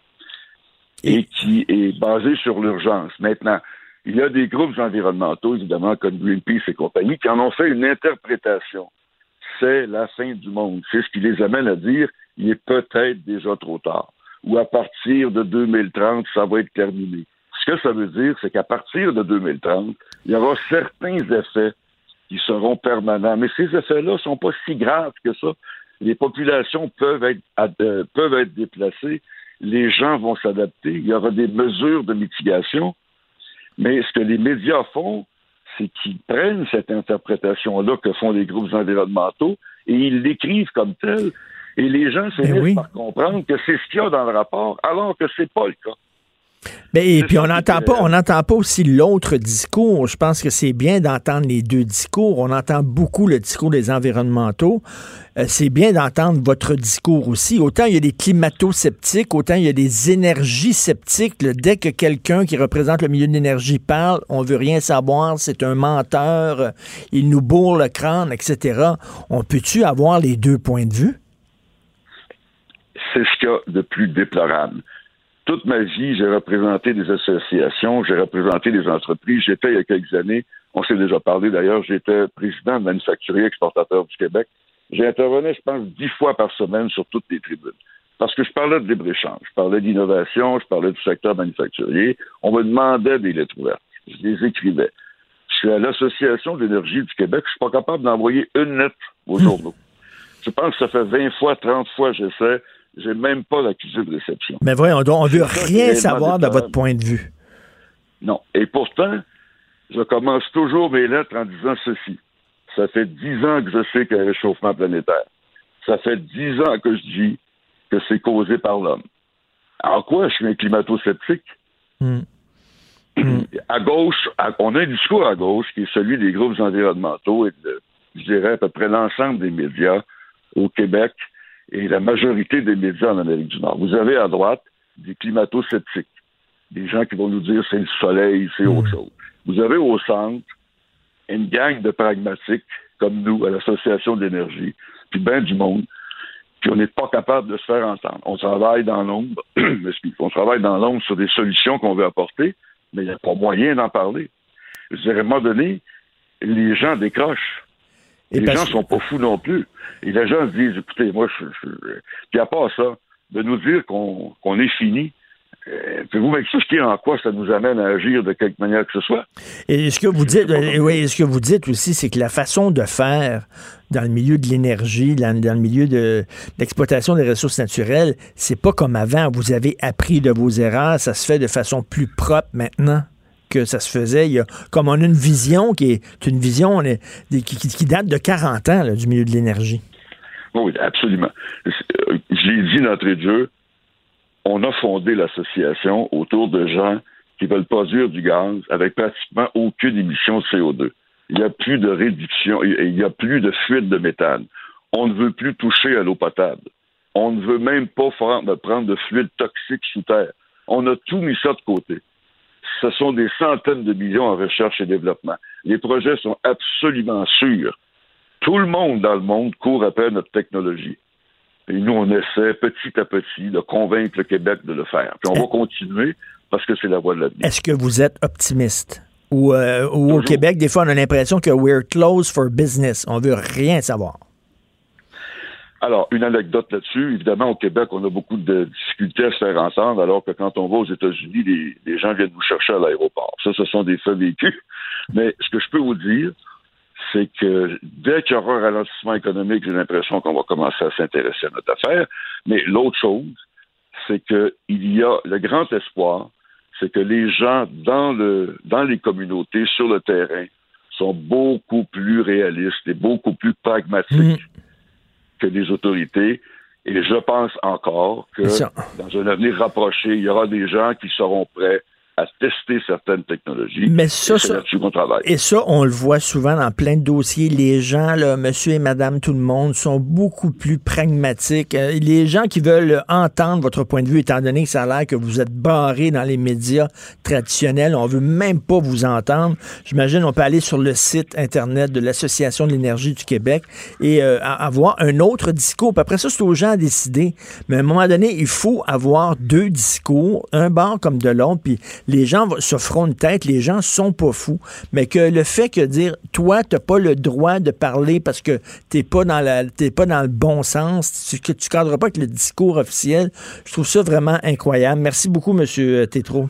Et qui est basé sur l'urgence. Maintenant, il y a des groupes environnementaux, évidemment, comme Greenpeace et compagnie, qui en ont fait une interprétation. C'est la fin du monde. C'est ce qui les amène à dire « il est peut-être déjà trop tard » ou « à partir de 2030, ça va être terminé ». Ce que ça veut dire, c'est qu'à partir de 2030, il y aura certains effets qui seront permanents. Mais ces effets-là ne sont pas si graves que ça. Les populations peuvent être déplacées, les gens vont s'adapter, il y aura des mesures de mitigation. Mais ce que les médias font, c'est qu'ils prennent cette interprétation-là que font les groupes environnementaux et ils l'écrivent comme telle. Et les gens finissent par comprendre que c'est ce qu'il y a dans le rapport, alors que c'est pas le cas. Et puis on n'entend pas aussi l'autre discours. Je pense que c'est bien d'entendre les deux discours. On entend beaucoup le discours des environnementaux. C'est bien d'entendre votre discours aussi. Autant il y a des climato-sceptiques, autant il y a des énergie-sceptiques. Dès que quelqu'un qui représente le milieu de l'énergie parle, on veut rien savoir, c'est un menteur, il nous bourre le crâne, etc. On peut-tu avoir les deux points de vue? C'est ce qu'il y a de plus déplorable. Toute ma vie, j'ai représenté des associations, j'ai représenté des entreprises. J'étais, il y a quelques années, on s'est déjà parlé d'ailleurs, j'étais président de Manufacturier Exportateur du Québec. J'intervenais, je pense, 10 fois par semaine sur toutes les tribunes. Parce que je parlais de libre-échange, je parlais d'innovation, je parlais du secteur manufacturier. On me demandait des lettres ouvertes. Je les écrivais. Je suis à l'Association de l'énergie du Québec. Je suis pas capable d'envoyer une lettre aux journaux. Je pense que ça fait 20 fois, 30 fois j'essaie. J'ai même pas l'accusé de réception. Mais voyons, on veut rien savoir de votre point de vue. Non. Et pourtant, je commence toujours mes lettres en disant ceci. Ça fait 10 ans que je sais qu'il y a un réchauffement planétaire. Ça fait 10 ans que je dis que c'est causé par l'homme. En quoi je suis un climato-sceptique? À gauche, on a un discours à gauche qui est celui des groupes environnementaux et de, je dirais, à peu près l'ensemble des médias au Québec et la majorité des médias en Amérique du Nord. Vous avez à droite des climato-sceptiques, des gens qui vont nous dire c'est le soleil, c'est autre chose. Vous avez au centre une gang de pragmatiques comme nous à l'Association de l'énergie, puis ben du monde, puis on n'est pas capable de se faire entendre. On travaille dans l'ombre, on travaille dans l'ombre sur des solutions qu'on veut apporter, mais il n'y a pas moyen d'en parler. Je dirais, à un moment donné, les gens décrochent. Les gens sont pas fous non plus. Et les gens se disent, écoutez, moi, puis à part ça, de nous dire qu'on est fini, pouvez-vous m'expliquer en quoi ça nous amène à agir de quelque manière que ce soit? Et ce que vous dites, ce que vous dites aussi, c'est que la façon de faire dans le milieu de l'énergie, dans le milieu de l'exploitation des ressources naturelles, c'est pas comme avant. Vous avez appris de vos erreurs, ça se fait de façon plus propre maintenant que ça se faisait. Il y a, comme on a une vision qui est une vision qui date de 40 ans là, du milieu de l'énergie. Oui, absolument. Je l'ai dit d'entrée de jeu, on a fondé l'association autour de gens qui veulent produire du gaz avec pratiquement aucune émission de CO2. Il n'y a plus de réduction, il n'y a plus de fuite de méthane. On ne veut plus toucher à l'eau potable. On ne veut même pas prendre de fluides toxiques sous terre. On a tout mis ça de côté. Ce sont des centaines de millions en recherche et développement. Les projets sont absolument sûrs. Tout le monde dans le monde court après notre technologie. Et nous, on essaie petit à petit de convaincre le Québec de le faire. Puis on va continuer parce que c'est la voie de l'avenir. Est-ce que vous êtes optimiste? Ou au Québec, des fois, on a l'impression que we're closed for business. On veut rien savoir. Alors, une anecdote là-dessus. Évidemment, au Québec, on a beaucoup de difficultés à se faire entendre, alors que quand on va aux États-Unis, les gens viennent nous chercher à l'aéroport. Ça, ce sont des faits vécus. Mais ce que je peux vous dire, c'est que dès qu'il y aura un ralentissement économique, j'ai l'impression qu'on va commencer à s'intéresser à notre affaire. Mais l'autre chose, c'est qu'il y a le grand espoir, c'est que les gens dans les communautés, sur le terrain, sont beaucoup plus réalistes et beaucoup plus pragmatiques que les autorités. Et je pense encore que dans un avenir rapproché, il y aura des gens qui seront prêts à tester certaines technologies. Mais ça, c'est là-dessus qu'on travaille. Et ça, on le voit souvent dans plein de dossiers. Les gens, là, monsieur et madame, tout le monde, sont beaucoup plus pragmatiques. Les gens qui veulent entendre votre point de vue, étant donné que ça a l'air que vous êtes barré dans les médias traditionnels, on veut même pas vous entendre. J'imagine, on peut aller sur le site Internet de l'Association de l'énergie du Québec et avoir un autre discours. Puis après ça, c'est aux gens à décider. Mais à un moment donné, il faut avoir deux discours, un bord comme de l'autre, puis les gens se feront une tête, les gens sont pas fous, mais que le fait que dire, toi, t'as pas le droit de parler parce que t'es pas dans le bon sens, que tu cadres pas avec le discours officiel, je trouve ça vraiment incroyable. Merci beaucoup, M. Tétrault.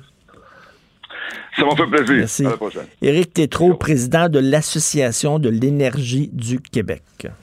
Ça m'a fait plaisir. Merci. À la prochaine. Éric Tétrault, président de l'Association de l'énergie du Québec.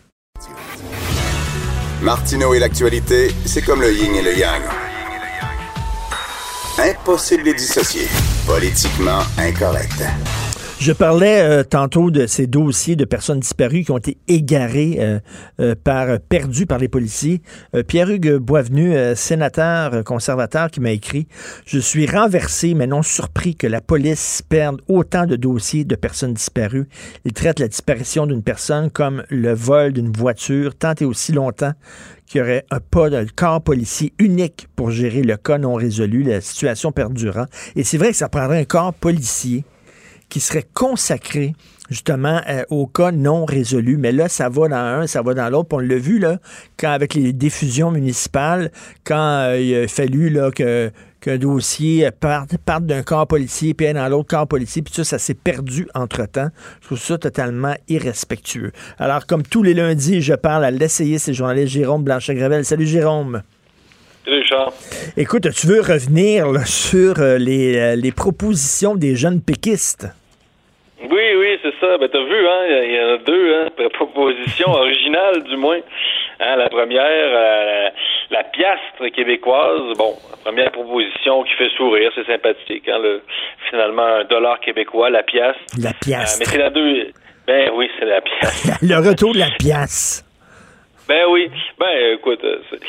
Martineau et l'actualité, c'est comme le yin et le yang. Impossible de les dissocier. Politiquement incorrect. Je parlais tantôt de ces dossiers de personnes disparues qui ont été égarées, perdus par les policiers. Pierre-Hugues Boisvenu, sénateur conservateur, qui m'a écrit « Je suis renversé, mais non surpris que la police perde autant de dossiers de personnes disparues. Il traite la disparition d'une personne comme le vol d'une voiture, tant et aussi longtemps qu'il y aurait pas de corps policier unique pour gérer le cas non résolu, la situation perdurant. » Et c'est vrai que ça prendrait un corps policier qui serait consacré justement aux cas non résolus. Mais là, ça va dans un, ça va dans l'autre. Puis on l'a vu, là, quand avec les diffusions municipales, quand il a fallu là, qu'un dossier parte d'un corps policier puis aille dans l'autre corps policier, puis ça s'est perdu entre-temps. Je trouve ça totalement irrespectueux. Alors, comme tous les lundis, je parle à l'essayiste et journaliste Jérôme Blanchet-Gravel. Salut, Jérôme. Salut, Charles. Écoute, tu veux revenir là, sur les propositions des jeunes péquistes? Oui, c'est ça. Ben, t'as vu, hein, il y en a deux, propositions originales, du moins. Hein, la première, la piastre québécoise. Bon, la première proposition qui fait sourire, c'est sympathique. Hein, finalement, $1 québécois, la piastre. La piastre. Mais c'est la deux. Ben oui, c'est la piastre. Le retour de la piastre. Ben oui. Ben, écoute,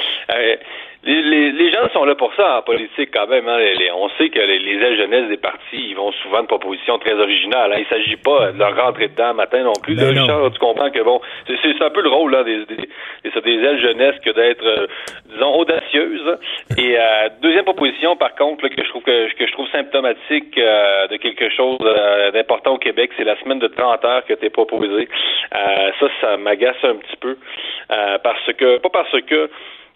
les gens sont là pour ça en politique quand même. Hein. On sait que les ailes jeunesse des partis, ils vont souvent de propositions très originales. Hein. Il ne s'agit pas de leur rentrer dedans matin non plus. Ben là, Richard, tu comprends que bon, c'est un peu le rôle là, des ailes jeunesse que d'être, disons, audacieuses. Et deuxième proposition, par contre, là, que je trouve symptomatique de quelque chose d'important au Québec, c'est la semaine de 30 heures que t'es proposée. Ça m'agace un petit peu pas parce que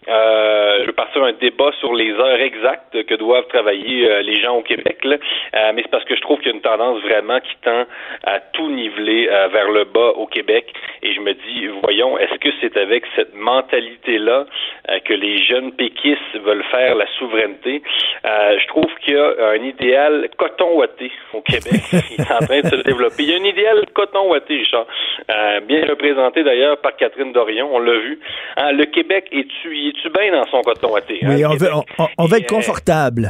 je veux partir un débat sur les heures exactes que doivent travailler les gens au Québec, là. Mais c'est parce que je trouve qu'il y a une tendance vraiment qui tend à tout niveler vers le bas au Québec. Et je me dis, voyons, est-ce que c'est avec cette mentalité-là que les jeunes péquistes veulent faire la souveraineté? Je trouve qu'il y a un idéal coton-ouaté au Québec qui est en train de se développer. Il y a un idéal coton-ouaté, Richard, bien représenté d'ailleurs par Catherine Dorion, on l'a vu. Hein, le Québec est-tu bien dans son coton ouaté? Oui, on veut être confortable.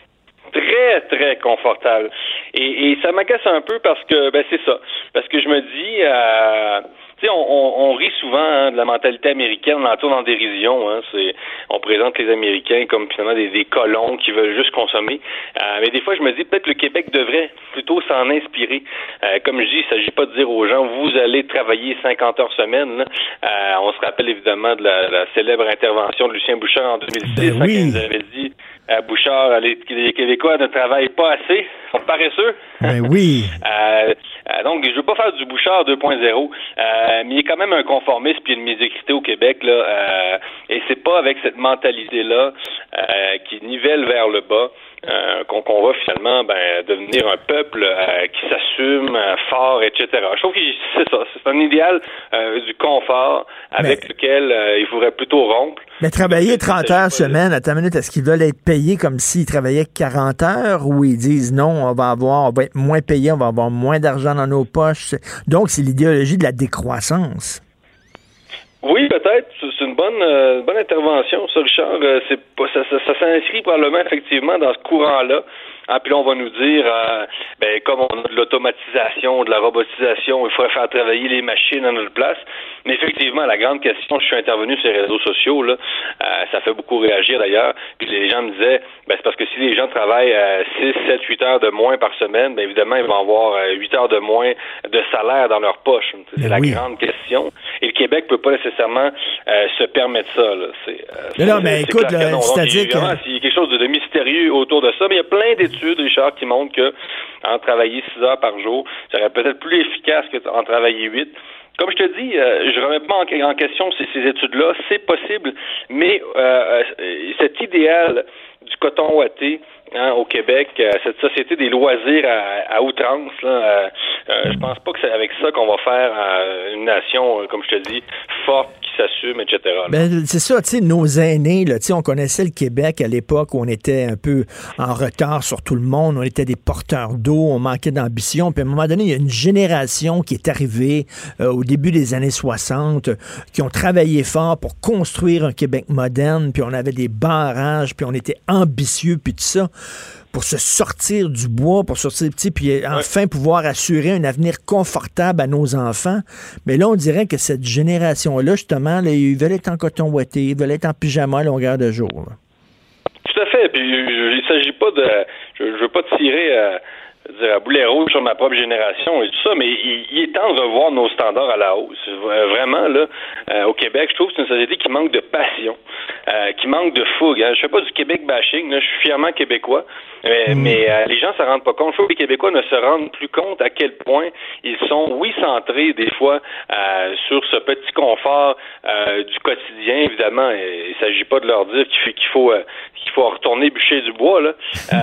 Très, très confortable. Et ça m'agace un peu parce que, c'est ça. Parce que je me dis, tu sais, on rit souvent de la mentalité américaine, on l'entoure en dérision. Hein, on présente les Américains comme finalement des colons qui veulent juste consommer. Mais des fois, je me dis peut-être le Québec devrait plutôt s'en inspirer. Comme je dis, il ne s'agit pas de dire aux gens vous allez travailler 50 heures semaine. Là. On se rappelle évidemment de la célèbre intervention de Lucien Bouchard en 2006. Oui. Il nous avait dit Bouchard, les Québécois ne travaillent pas assez, sont paresseux. Ben oui. Donc, je veux pas faire du Bouchard 2.0, mais il y a quand même un conformisme puis une médiocrité au Québec, là, et c'est pas avec cette mentalité-là qui nivelle vers le bas qu'on va finalement devenir un peuple qui s'assume fort, etc. Je trouve que c'est ça, c'est un idéal du confort avec lequel il faudrait plutôt rompre. Mais travailler 30 heures semaine, attends une minute, est-ce qu'ils veulent être payés comme s'ils travaillaient 40 heures ou ils disent non, on va être moins payés, on va avoir moins d'argent dans nos poches? Donc, c'est l'idéologie de la décroissance. Oui, peut-être. C'est une bonne intervention, ça, Richard. Ça s'inscrit probablement effectivement dans ce courant-là. Ah, puis là, on va nous dire, comme on a de l'automatisation, de la robotisation, il faudrait faire travailler les machines à notre place. Mais effectivement, la grande question, je suis intervenu sur les réseaux sociaux, là, ça fait beaucoup réagir d'ailleurs. Puis les gens me disaient, c'est parce que si les gens travaillent 6, 7, 8 heures de moins par semaine, évidemment, ils vont avoir 8 heures de moins de salaire dans leur poche. C'est la grande question. Et le Québec peut pas nécessairement se permettre ça. Là. Mais écoute, c'est-à-dire que... Il y a quelque chose de mystérieux autour de ça, mais il y a plein d'études, Richard, qui montrent que en travailler 6 heures par jour, ça serait peut-être plus efficace qu'en travailler 8. Comme je te dis, je remets pas en question ces études-là, c'est possible, mais cet idéal du coton ouaté au Québec, cette société des loisirs à outrance, là, je pense pas que c'est avec ça qu'on va faire une nation, comme je te dis, forte, qui s'assume, etc. C'est ça, tu sais, nos aînés, là, on connaissait le Québec à l'époque où on était un peu en retard sur tout le monde, on était des porteurs d'eau, on manquait d'ambition, puis à un moment donné, il y a une génération qui est arrivée au début des années 60, qui ont travaillé fort pour construire un Québec moderne, puis on avait des barrages, puis on était ambitieux, puis tout ça, pour se sortir du bois, pour sortir puis enfin pouvoir assurer un avenir confortable à nos enfants. Mais là, on dirait que cette génération-là, justement, là, ils veulent être en coton ouaté, ils veulent être en pyjama à longueur de jour. Là. Tout à fait. Puis il s'agit pas de... Je veux pas tirer je veux dire, à boulet rouge sur ma propre génération et tout ça, mais il est temps de revoir nos standards à la hausse. Vraiment, là, au Québec, je trouve que c'est une société qui manque de passion, qui manque de fougue. Hein. Je fais pas du Québec bashing, là, je suis fièrement québécois, mais les gens se rendent pas compte. Je trouve que les Québécois ne se rendent plus compte à quel point ils sont, oui, centrés des fois sur ce petit confort du quotidien. Évidemment, il s'agit pas de leur dire qu'il faut retourner bûcher du bois, là.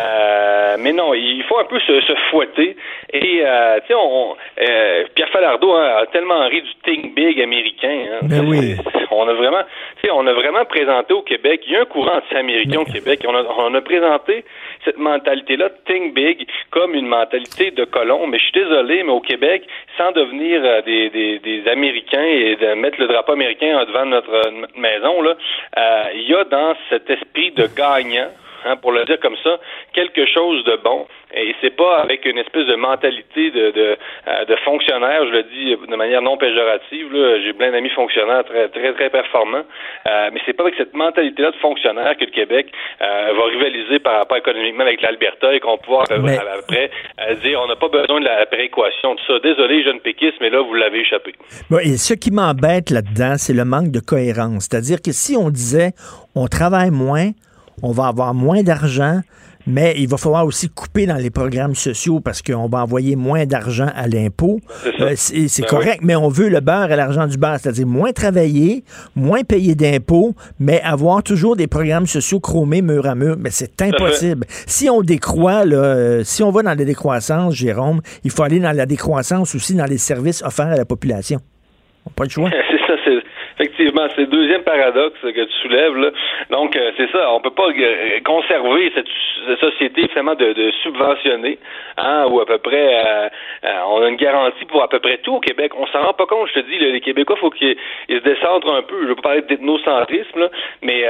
Mais non, il faut un peu se fouetter. Et, tu sais, Pierre Falardeau a tellement ri du think big américain. Hein. Ben oui. On a vraiment présenté au Québec, il y a un courant anti-américain au Québec. On a présenté cette mentalité-là, think big, comme une mentalité de colon. Mais je suis désolé, mais au Québec, sans devenir des Américains et de mettre le drapeau américain devant notre maison, là, il y a dans cet esprit de gagnant, hein, pour le dire comme ça, quelque chose de bon. Et c'est pas avec une espèce de mentalité de fonctionnaire, je le dis de manière non péjorative, là, j'ai plein d'amis fonctionnaires très, très, très performants, mais c'est pas avec cette mentalité-là de fonctionnaire que le Québec va rivaliser par rapport économiquement avec l'Alberta et qu'on va pouvoir après dire on n'a pas besoin de la péréquation, tout ça. Désolé, jeune péquiste, mais là, vous l'avez échappé. Bon, et ce qui m'embête là-dedans, c'est le manque de cohérence. C'est-à-dire que si on disait on travaille moins, on va avoir moins d'argent, mais il va falloir aussi couper dans les programmes sociaux parce qu'on va envoyer moins d'argent à l'impôt. C'est correct, oui. Mais on veut le beurre et l'argent du beurre, c'est-à-dire moins travailler, moins payer d'impôts, mais avoir toujours des programmes sociaux chromés mur à mur. Mais c'est impossible. Si on décroît, là, si on va dans la décroissance, Jérôme, il faut aller dans la décroissance aussi dans les services offerts à la population. On n'a pas le choix. C'est ça, effectivement, c'est le deuxième paradoxe que tu soulèves, là. Donc, c'est ça, on peut pas conserver cette société finalement de subventionner, hein, où à peu près on a une garantie pour à peu près tout au Québec. On s'en rend pas compte, je te dis, les Québécois, faut qu'ils se décentrent un peu. Je veux pas parler d'ethnocentrisme, là, mais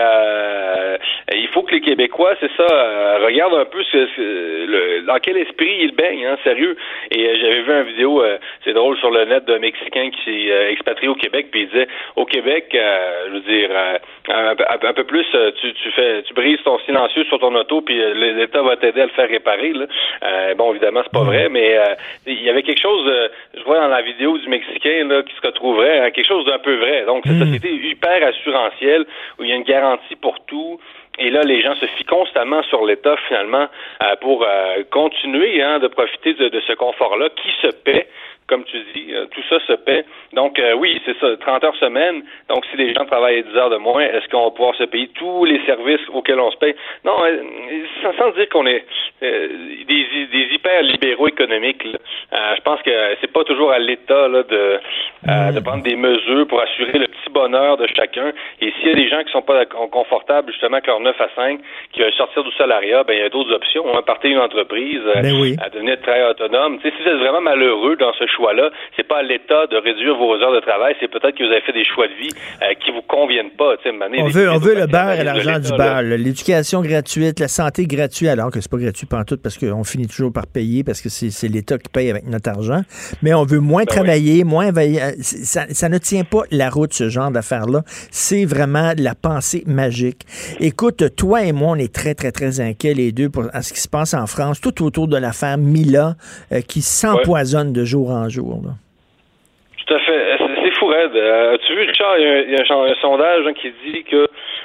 il faut que les Québécois, c'est ça, regardent un peu dans quel esprit ils baignent, hein, sérieux. Et j'avais vu une vidéo, c'est drôle, sur le net d'un Mexicain qui s'est expatrié au Québec, puis il disait, au Québec, je veux dire, un peu plus, tu brises ton silencieux sur ton auto, puis l'État va t'aider à le faire réparer, là. Bon, évidemment, c'est pas vrai, mais il y avait quelque chose, je vois dans la vidéo du Mexicain, là, qui se retrouverait, hein, quelque chose d'un peu vrai. Donc, cette société hyper assurantielle, où il y a une garantie pour tout. Et là, les gens se fient constamment sur l'État, finalement, pour continuer, hein, de profiter de ce confort-là qui se paie. Comme tu dis, tout ça se paie. Donc, oui, c'est ça, 30 heures semaine. Donc, si les gens travaillent 10 heures de moins, est-ce qu'on va pouvoir se payer tous les services auxquels on se paye? Non, sans dire qu'on est des hyper-libéraux économiques, là. Je pense que c'est pas toujours à l'État là, de prendre des mesures pour assurer le petit bonheur de chacun. Et s'il y a des gens qui sont pas confortables, justement, avec leur 9 à 5, qui veulent sortir du salariat, ben il y a d'autres options. Hein, partir une entreprise, à devenir travailleur autonome. Tu sais, si vous êtes vraiment malheureux dans ce choix-là, c'est pas à l'État de réduire vos heures de travail, c'est peut-être que vous avez fait des choix de vie qui vous conviennent pas. Tu sais, on veut le beurre et l'argent du beurre. L'éducation gratuite, la santé gratuite, alors que c'est pas gratuit pantoute parce qu'on finit toujours par payer parce que c'est l'État qui paye avec notre argent. Mais on veut moins travailler, moins veiller. Ça ne tient pas la route, ce genre d'affaires-là. C'est vraiment la pensée magique. Écoute, toi et moi, on est très, très, très inquiets, les deux, pour ce qui se passe en France, tout autour de l'affaire Mila, qui s'empoisonne de jour en jour. Là. Tout à fait. C'est fou, Red. As-tu vu, Richard, il y a un sondage qui dit que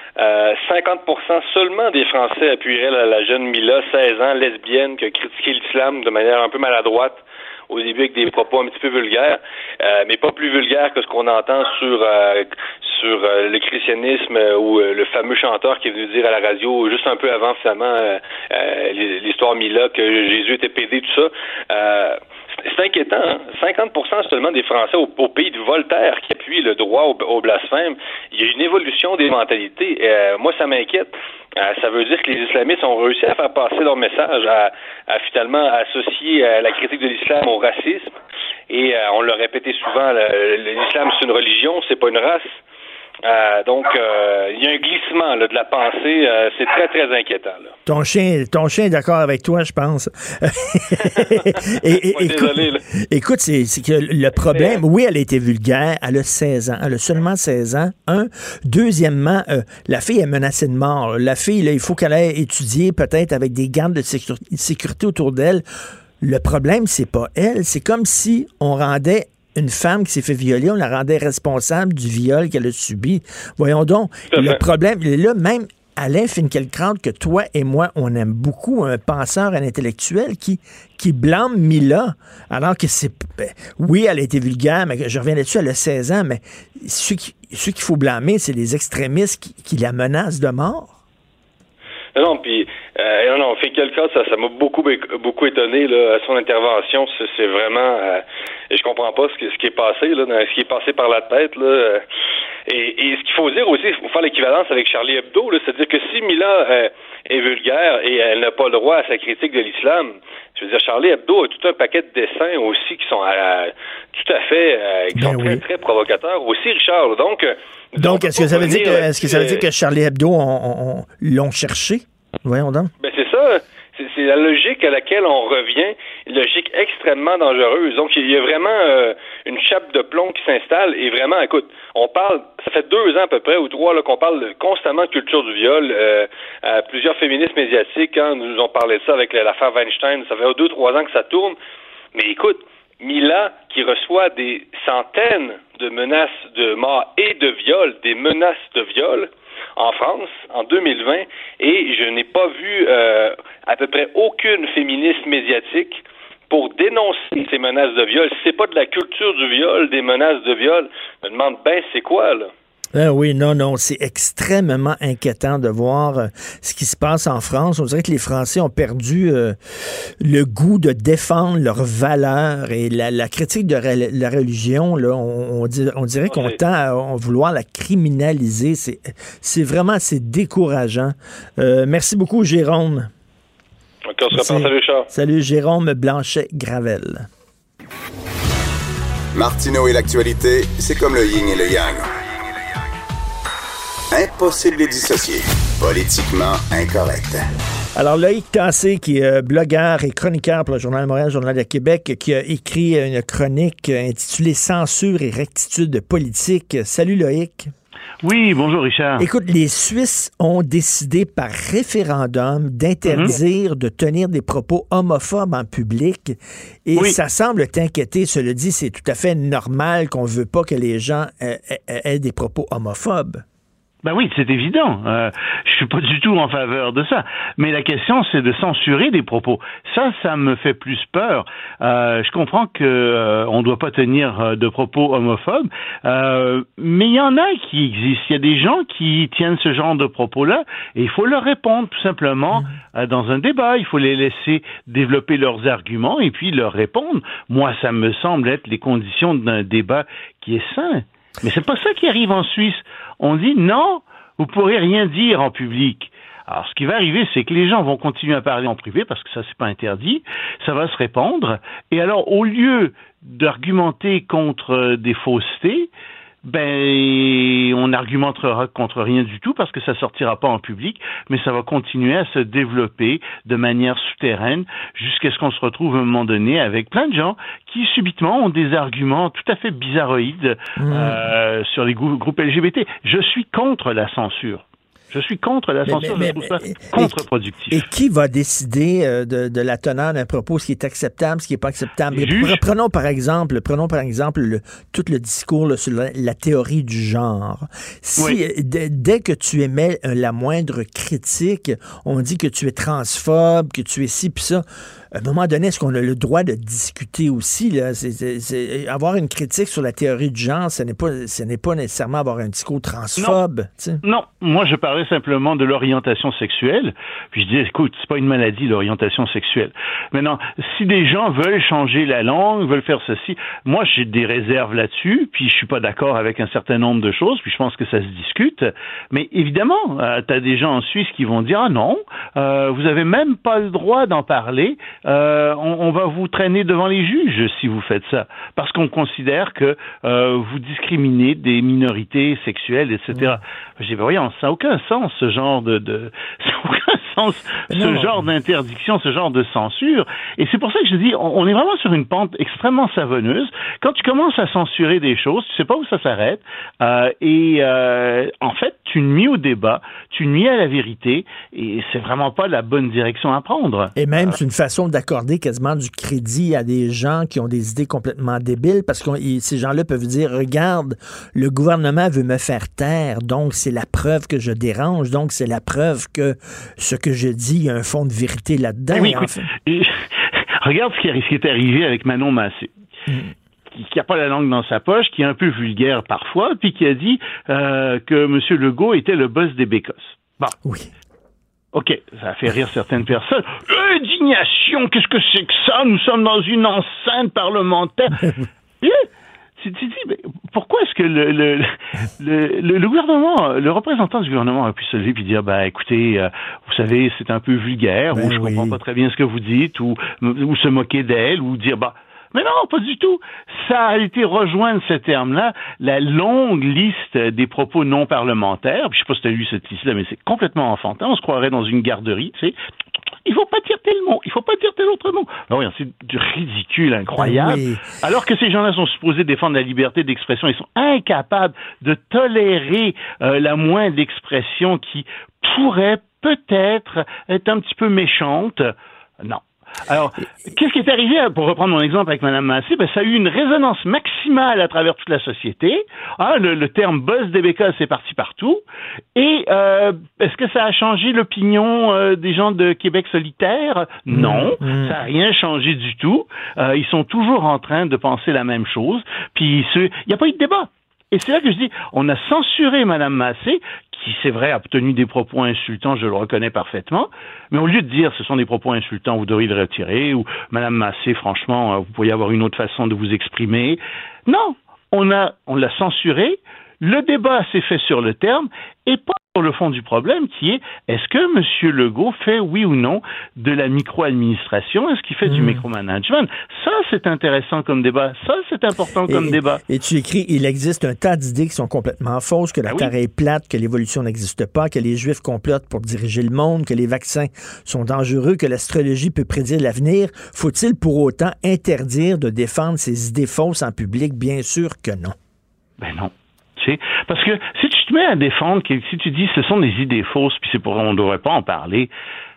50% seulement des Français appuieraient la jeune Mila, 16 ans, lesbienne, qui a critiqué l'islam de manière un peu maladroite au début avec des propos un petit peu vulgaires, mais pas plus vulgaires que ce qu'on entend sur le christianisme ou le fameux chanteur qui est venu dire à la radio juste un peu avant finalement l'histoire Mila que Jésus était pédé, tout ça. C'est inquiétant, hein? 50% seulement des Français au pays de Voltaire qui appuient le droit au blasphème. Il y a une évolution des mentalités. Moi, ça m'inquiète. Ça veut dire que les islamistes ont réussi à faire passer leur message, à finalement associer la critique de l'islam au racisme. Et on l'a répété souvent, l'islam c'est une religion, c'est pas une race. Donc, il y a un glissement là, de la pensée. C'est très, très inquiétant. Là. Ton chien est d'accord avec toi, je pense. Désolé. Là. Écoute, c'est que le problème, oui, elle a été vulgaire. Elle a 16 ans. Elle a seulement 16 ans. Deuxièmement, la fille est menacée de mort. La fille, là, il faut qu'elle aille étudier peut-être avec des gardes de sécurité autour d'elle. Le problème, c'est pas elle. C'est comme si on rendait une femme qui s'est fait violer, on la rendait responsable du viol qu'elle a subi. Voyons donc, le problème, il est là, même Alain Finkielkraut, que toi et moi, on aime beaucoup, un penseur, un intellectuel qui blâme Mila, alors que c'est... Oui, elle a été vulgaire, mais je reviens là-dessus, elle a 16 ans, mais ceux qu'il faut blâmer, c'est les extrémistes qui la menacent de mort. Non, puis Finkielkraut, ça m'a beaucoup étonné là, à son intervention. C'est vraiment, je comprends pas ce qui est passé là, ce qui est passé par la tête là. Et ce qu'il faut dire aussi, il faut faire l'équivalence avec Charlie Hebdo, là, c'est-à-dire que si Mila est vulgaire et elle n'a pas le droit à sa critique de l'islam, je veux dire, Charlie Hebdo a tout un paquet de dessins aussi qui sont tout à fait très, très provocateurs aussi, Richard. Là. Donc, est-ce que ça veut dire que Charlie Hebdo l'ont cherché? Voyons donc. Ben c'est ça. C'est la logique à laquelle on revient, une logique extrêmement dangereuse. Donc, il y a vraiment une chape de plomb qui s'installe. Et vraiment, écoute, on parle, ça fait 2 ans à peu près, ou 3, là, qu'on parle constamment de culture du viol. Plusieurs féministes médiatiques nous ont parlé de ça avec l'affaire Weinstein. Ça fait 2-3 ans que ça tourne. Mais écoute, Mila, qui reçoit des centaines de menaces de mort et de viol, des menaces de viol, en France, en 2020, et je n'ai pas vu à peu près aucune féministe médiatique pour dénoncer ces menaces de viol. Si c'est pas de la culture du viol, des menaces de viol, je me demande c'est quoi, là? Oui, non, c'est extrêmement inquiétant de voir ce qui se passe en France. On dirait que les Français ont perdu le goût de défendre leurs valeurs et la critique de la religion, là, on dirait qu'on tend à vouloir la criminaliser. C'est décourageant. Merci beaucoup, Jérôme. Encore se reprend. Salut, Charles. Salut, Jérôme Blanchet-Gravel. Martineau et l'actualité, c'est comme le yin et le yang. Impossible de les dissocier. Politiquement incorrect. Alors, Loïc Tassé, qui est blogueur et chroniqueur pour le Journal de Montréal, Journal de Québec, qui a écrit une chronique intitulée « Censure et rectitude politique ». Salut, Loïc. Oui, bonjour, Richard. Écoute, les Suisses ont décidé par référendum d'interdire de tenir des propos homophobes en public. Et ça semble t'inquiéter. Cela dit, c'est tout à fait normal qu'on ne veut pas que les gens aient des propos homophobes. Ben oui, c'est évident. Je suis pas du tout en faveur de ça. Mais la question, c'est de censurer des propos. Ça me fait plus peur. Je comprends que on doit pas tenir de propos homophobes, mais il y en a qui existent. Il y a des gens qui tiennent ce genre de propos-là, et il faut leur répondre tout simplement dans un débat. Il faut les laisser développer leurs arguments et puis leur répondre. Moi, ça me semble être les conditions d'un débat qui est sain. Mais c'est pas ça qui arrive en Suisse. On dit non, vous pourrez rien dire en public. Alors, ce qui va arriver, c'est que les gens vont continuer à parler en privé parce que ça, c'est pas interdit. Ça va se répandre. Et alors, au lieu d'argumenter contre des faussetés, on argumentera contre rien du tout parce que ça sortira pas en public, mais ça va continuer à se développer de manière souterraine jusqu'à ce qu'on se retrouve à un moment donné avec plein de gens qui subitement ont des arguments tout à fait bizarroïdes sur les groupes LGBT. Je suis contre la censure. Je suis contre la censure, je trouve ça contre-productif. Et qui va décider de la teneur d'un propos, ce qui est acceptable, ce qui n'est pas acceptable? Prenons par exemple tout le discours là, sur la théorie du genre. Dès que tu émets la moindre critique, on dit que tu es transphobe, que tu es ci, puis ça. À un moment donné, est-ce qu'on a le droit de discuter aussi? Là? C'est avoir une critique sur la théorie du genre, ce n'est pas nécessairement avoir un discours transphobe. Non, moi je parlais simplement de l'orientation sexuelle. Puis je dis, écoute, c'est pas une maladie, l'orientation sexuelle. Maintenant, si des gens veulent changer la langue, veulent faire ceci, moi j'ai des réserves là-dessus, puis je suis pas d'accord avec un certain nombre de choses, puis je pense que ça se discute. Mais évidemment, t'as des gens en Suisse qui vont dire, ah non, vous avez même pas le droit d'en parler. On va vous traîner devant les juges si vous faites ça, parce qu'on considère que vous discriminez des minorités sexuelles, etc. Je dis, voyons, ça n'a aucun sens, ce genre genre d'interdiction, ce genre de censure. Et c'est pour ça que je dis, on est vraiment sur une pente extrêmement savonneuse. Quand tu commences à censurer des choses, tu sais pas où ça s'arrête. En fait, tu tu nuis au débat, tu nuis à la vérité, et c'est vraiment pas la bonne direction à prendre. Et même, c'est une façon d'accorder quasiment du crédit à des gens qui ont des idées complètement débiles, parce que ces gens-là peuvent dire, regarde, le gouvernement veut me faire taire, donc c'est la preuve que je dérange, donc c'est la preuve que ce que je dis, il y a un fond de vérité là-dedans. Oui, écoute, regarde ce qui est arrivé avec Manon Massé. Qui n'a pas la langue dans sa poche, qui est un peu vulgaire parfois, puis qui a dit que M. Legault était le boss des bécosses. Bon. Oui. OK, ça a fait rire certaines personnes. Indignation, qu'est-ce que c'est que ça? Nous sommes dans une enceinte parlementaire. Tu dis, mais pourquoi est-ce que le gouvernement, le représentant du gouvernement a pu se lever et dire, écoutez, vous savez, c'est un peu vulgaire, ou je comprends pas très bien ce que vous dites, ou se moquer d'elle, ou dire, mais non, pas du tout. Ça a été rejoindre ce terme-là, la longue liste des propos non parlementaires. Puis je sais pas si tu as lu cette liste-là, mais c'est complètement enfantin. On se croirait dans une garderie, tu sais. Il faut pas dire tel mot, il faut pas dire tel autre mot. Alors, c'est du ridicule incroyable. Oui. Alors que ces gens-là sont supposés défendre la liberté d'expression, ils sont incapables de tolérer la moindre expression qui pourrait peut-être être un petit peu méchante. Non. Alors, qu'est-ce qui est arrivé, pour reprendre mon exemple avec Mme Massé, ça a eu une résonance maximale à travers toute la société. Le terme boss des bécosses est parti partout. Et est-ce que ça a changé l'opinion des gens de Québec solidaire? Non, ça n'a rien changé du tout. Ils sont toujours en train de penser la même chose. Puis il n'y a pas eu de débat. Et c'est là que je dis, on a censuré Mme Massé, qui, c'est vrai, a tenu des propos insultants, je le reconnais parfaitement, mais au lieu de dire ce sont des propos insultants, vous devriez le retirer, ou Mme Massé, franchement, vous pourriez avoir une autre façon de vous exprimer. Non, on l'a censuré, le débat s'est fait sur le terme, et pas sur le fond du problème, qui est, est-ce que M. Legault fait, oui ou non, de la micro-administration? Est-ce qu'il fait du micromanagement? Ça, c'est intéressant comme débat. Ça, c'est important comme débat. Et tu écris, il existe un tas d'idées qui sont complètement fausses, que la Terre est plate, que l'évolution n'existe pas, que les Juifs complotent pour diriger le monde, que les vaccins sont dangereux, que l'astrologie peut prédire l'avenir. Faut-il pour autant interdire de défendre ces idées fausses en public? Bien sûr que non. Non. Parce que si tu te mets à défendre, si tu dis ce sont des idées fausses, puis on ne devrait pas en parler,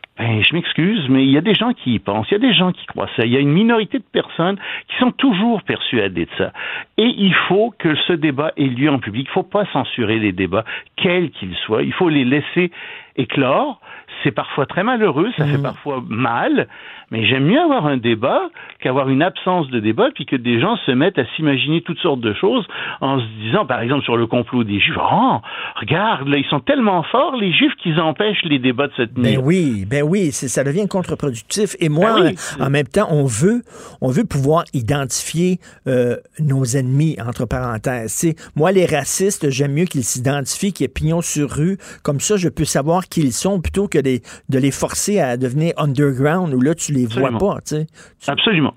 je m'excuse, mais il y a des gens qui y pensent, il y a des gens qui croient ça, il y a une minorité de personnes qui sont toujours persuadées de ça. Et il faut que ce débat ait lieu en public, il ne faut pas censurer les débats, quels qu'ils soient, il faut les laisser éclore. C'est parfois très malheureux, ça fait parfois mal, mais j'aime mieux avoir un débat qu'avoir une absence de débat, puis que des gens se mettent à s'imaginer toutes sortes de choses en se disant, par exemple, sur le complot des Juifs, regarde, là, ils sont tellement forts, les Juifs, qu'ils empêchent les débats de se tenir. Ben oui, ça devient contre-productif. Et moi, en même temps, on veut pouvoir identifier nos ennemis, entre parenthèses. Moi, les racistes, j'aime mieux qu'ils s'identifient, qu'ils aient pignon sur rue. Comme ça, je peux savoir qui ils sont, plutôt que de les forcer à devenir underground, où là, tu les vois pas. Absolument.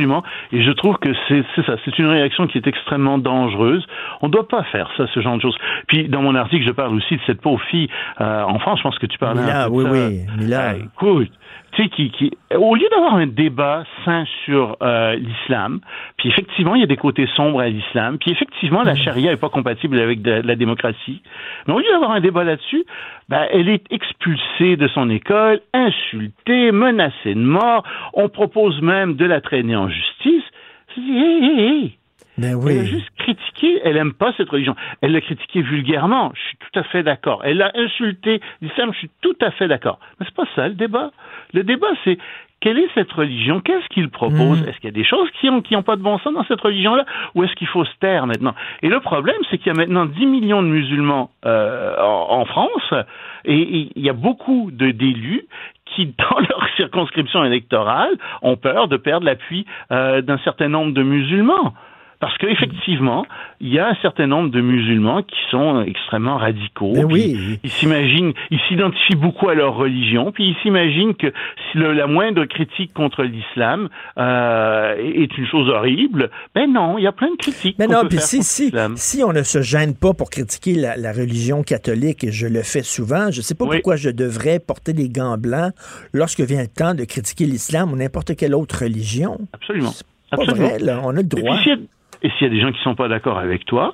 Et je trouve que c'est ça. C'est une réaction qui est extrêmement dangereuse. On ne doit pas faire ça, ce genre de choses. Puis, dans mon article, je parle aussi de cette pauvre fille en France. Je pense que tu parlais un peu de ça. Mila. Écoute, tu sais, qui au lieu d'avoir un débat sain sur l'islam, puis effectivement, il y a des côtés sombres à l'islam, puis effectivement, la charia est pas compatible avec la démocratie, mais au lieu d'avoir un débat là-dessus, elle est expulsée de son école, insultée, menacée de mort, on propose même de la traîner en justice. Je dis, hey. Ben oui. Elle a juste critiqué, elle aime pas cette religion. Elle l'a critiqué vulgairement, je suis tout à fait d'accord. Elle a insulté l'islam, je suis tout à fait d'accord. Mais c'est pas ça le débat. Le débat, c'est quelle est cette religion? Qu'est-ce qu'il propose? Est-ce qu'il y a des choses qui ont pas de bon sens dans cette religion-là? Ou est-ce qu'il faut se taire maintenant? Et le problème, c'est qu'il y a maintenant 10 millions de musulmans en France, et il y a beaucoup d'élus qui, dans leur circonscription électorale, ont peur de perdre l'appui d'un certain nombre de musulmans. Parce qu'effectivement, il y a un certain nombre de musulmans qui sont extrêmement radicaux. Ils s'identifient beaucoup à leur religion, puis ils s'imaginent que si la moindre critique contre l'islam est une chose horrible, non, il y a plein de critiques. Mais non, puis si on ne se gêne pas pour critiquer la religion catholique, et je le fais souvent, je ne sais pas pourquoi je devrais porter des gants blancs lorsque vient le temps de critiquer l'islam ou n'importe quelle autre religion. Absolument. C'est pas vrai, là, on a le droit. Et s'il y a des gens qui ne sont pas d'accord avec toi,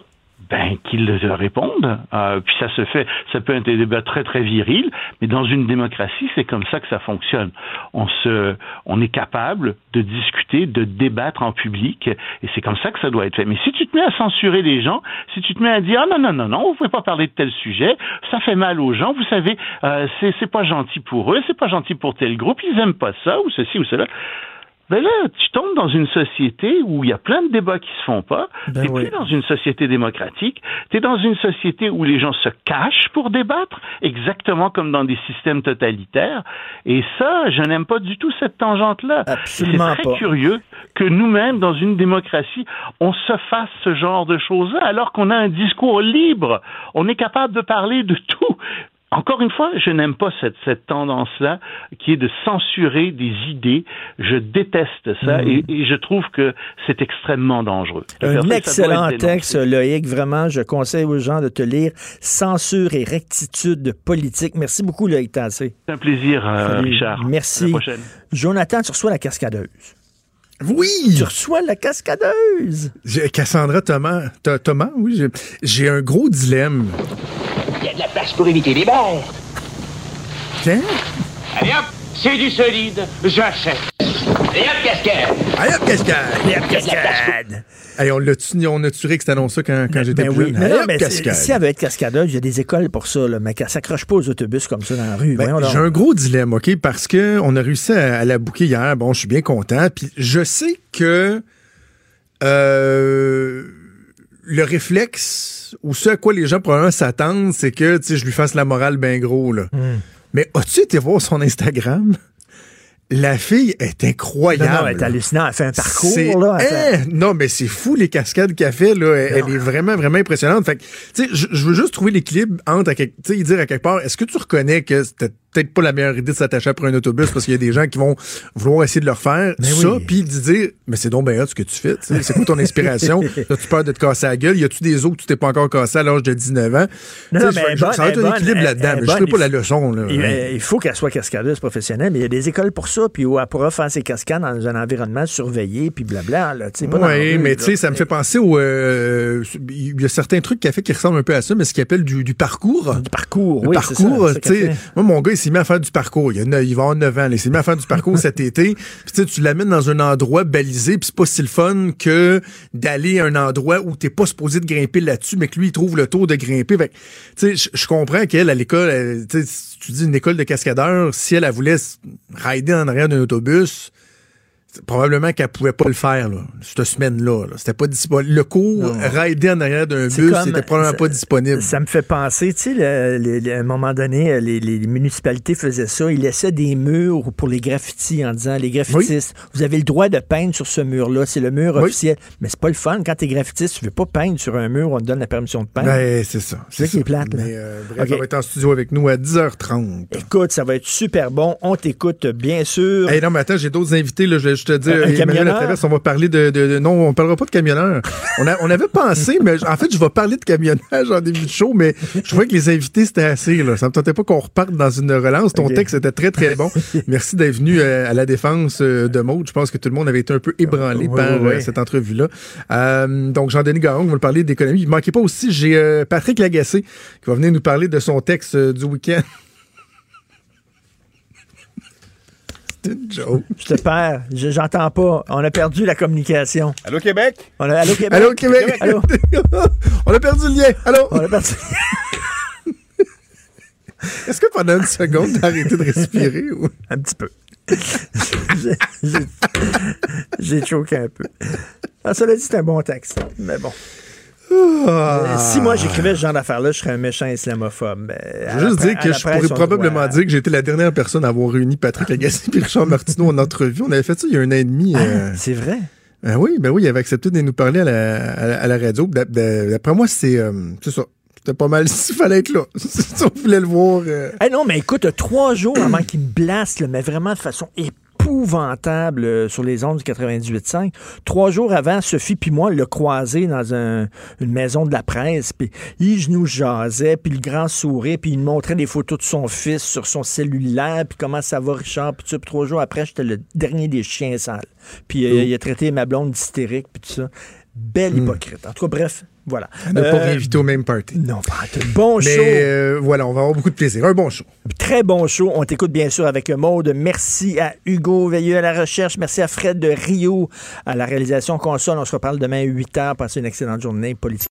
qu'ils répondent. Puis ça peut être un débat très, très viril, mais dans une démocratie, c'est comme ça que ça fonctionne. On est capable de discuter, de débattre en public, et c'est comme ça que ça doit être fait. Mais si tu te mets à censurer les gens, si tu te mets à dire « Ah non, vous pouvez pas parler de tel sujet, ça fait mal aux gens, vous savez, c'est pas gentil pour eux, c'est pas gentil pour tel groupe, ils aiment pas ça, ou ceci ou cela », ben là, tu tombes dans une société où il y a plein de débats qui se font pas. T'es plus dans une société démocratique. T'es dans une société où les gens se cachent pour débattre, exactement comme dans des systèmes totalitaires. Et ça, je n'aime pas du tout cette tangente-là. Absolument c'est très curieux que nous-mêmes, dans une démocratie, on se fasse ce genre de choses-là, alors qu'on a un discours libre. On est capable de parler de tout. Encore une fois, je n'aime pas cette tendance-là qui est de censurer des idées. Je déteste ça et je trouve que c'est extrêmement dangereux. Un excellent texte, Loïc. Vraiment, je conseille aux gens de te lire « Censure et rectitude politique ». Merci beaucoup, Loïc Tassé. C'est un plaisir, Richard. Merci. À la prochaine. Jonathan, tu reçois la cascadeuse. Oui! Tu reçois la cascadeuse. Cassandra Thomas, oui, j'ai un gros dilemme. Il y a de la place pour éviter les balles. Tiens. Allez hop, c'est du solide, j'achète. Allez hop, cascade. Allez hop, cascade. Allez hop, cascade. Hey, on a tué que cette annonce-là quand j'étais plus jeune. Non, mais si elle veut être cascadeuse, il y a des écoles pour ça, là, mais qu'elle s'accroche pas aux autobus comme ça dans la rue. J'ai un gros dilemme, OK, parce que on a réussi à la booker hier. Bon, je suis bien content. Puis je sais que le réflexe ou ce à quoi les gens probablement s'attendent, c'est que je lui fasse la morale bien gros. Là. Mais as-tu été voir son Instagram? La fille est incroyable. Non, elle est hallucinante. Elle fait un parcours, là. Non, mais c'est fou, les cascades qu'elle fait, là. Elle est vraiment, vraiment impressionnante. Fait que, tu sais, je veux juste trouver l'équilibre entre, tu sais, dire à quelque part, est-ce que tu reconnais que c'était peut-être pas la meilleure idée de s'attacher après un autobus parce qu'il y a des gens qui vont vouloir essayer de le refaire, puis de dire, mais c'est donc bien hot ce que tu fais, t'sais. C'est quoi ton inspiration? As-tu peur de te casser la gueule? Y a-tu des os que tu t'es pas encore cassé à l'âge de 19 ans? Non, ça va être un équilibre là-dedans, mais je ferai pas la leçon, là. Il faut qu'elle soit cascadeuse professionnelle, mais il y a des écoles pour ça, puis où elle pourra faire ses cascades dans un environnement surveillé, puis blabla, là, tu sais, pas dans la rue, mais tu sais, ça me fait penser au... Il y a certains trucs qu'elle fait qui ressemblent un peu à ça, mais ce qu'il appelle du parcours. Du parcours, oui, c'est ça. Tu sais, moi, mon gars, il s'est mis à faire du parcours. Il va avoir 9 ans. Là, il s'est mis à faire du parcours cet été. Puis tu l'amènes dans un endroit balisé, puis c'est pas si le fun que d'aller à un endroit où t'es pas supposé de grimper là-dessus, mais que lui, il trouve le tour de grimper. Fait tu sais, je comprends qu'elle, à l'école, tu dis une école de cascadeurs, si elle voulait rider en arrière d'un autobus, probablement qu'elle pouvait pas le faire, là, cette semaine-là. Là. C'était pas disponible. Le cours, rider en arrière d'un bus, c'était probablement pas disponible. Ça me fait penser, tu sais, à un moment donné, les municipalités faisaient ça. Ils laissaient des murs pour les graffitis en disant, les graffitistes, vous avez le droit de peindre sur ce mur-là. C'est le mur officiel. Mais c'est pas le fun. Quand t'es graffitiste, tu veux pas peindre sur un mur, on te donne la permission de peindre. Ben, c'est ça. C'est ça qui est plate, là. Mais, bref, on va être en studio avec nous à 10h30. Écoute, ça va être super bon. On t'écoute, bien sûr. Hey, non, mais attends, j'ai d'autres invités, là. Je te dis, Emmanuel Latraverse, on va parler non, on parlera pas de camionneurs. On avait pensé, mais en fait, je vais parler de camionnage en début de show, mais je trouvais que les invités, c'était assez, là. Ça me tentait pas qu'on reparte dans une relance. Ton texte était très, très bon. Merci d'être venu à la défense de Maud. Je pense que tout le monde avait été un peu ébranlé par cette entrevue-là. Donc, Jean-Denis Garon, on va parler d'économie. Il ne manquait pas aussi, j'ai Patrick Lagacé qui va venir nous parler de son texte du week-end. Une joke. Je te perds. J'entends pas. On a perdu la communication. Allô, Québec? Allô, Québec? Allô, Québec? Allô? On a perdu le lien. Allô? On a perdu le lien. Est-ce que pendant une seconde, t'as arrêté de respirer? Ou? Un petit peu. J'ai choqué un peu. Cela dit, c'est un bon texte. Mais bon. Si moi j'écrivais ce genre d'affaires-là, je serais un méchant islamophobe. Je veux juste dire que je pourrais probablement dire que j'ai été la dernière personne à avoir réuni Patrick Lagacé et Richard Martineau en entrevue. On avait fait ça il y a 1 an et demi. C'est vrai? Ben oui, il avait accepté de nous parler à la radio. D'après moi, c'est ça. C'était pas mal s'il fallait être là. Si on voulait le voir. Non, mais écoute, 3 jours avant qu'il me blaste, mais vraiment de façon épouvantable sur les ondes du 98.5. 3 jours avant, Sophie puis moi le croisé dans une maison de la presse, puis il nous jasait, puis le grand sourire, puis il me montrait des photos de son fils sur son cellulaire, puis comment ça va, Richard, puis 3 jours après, j'étais le dernier des chiens sales. Puis il a traité ma blonde d'hystérique, puis tout ça. Belle hypocrite. En tout cas, bref, Voilà. On n'a pas invité au même party. Non, pas tout. Bon show. Mais voilà, on va avoir beaucoup de plaisir. Un bon show. Très bon show. On t'écoute bien sûr avec Maude. Merci à Hugo Veilleux à la recherche. Merci à Fred de Rio à la réalisation console. On se reparle demain à 8h. Passez une excellente journée politique.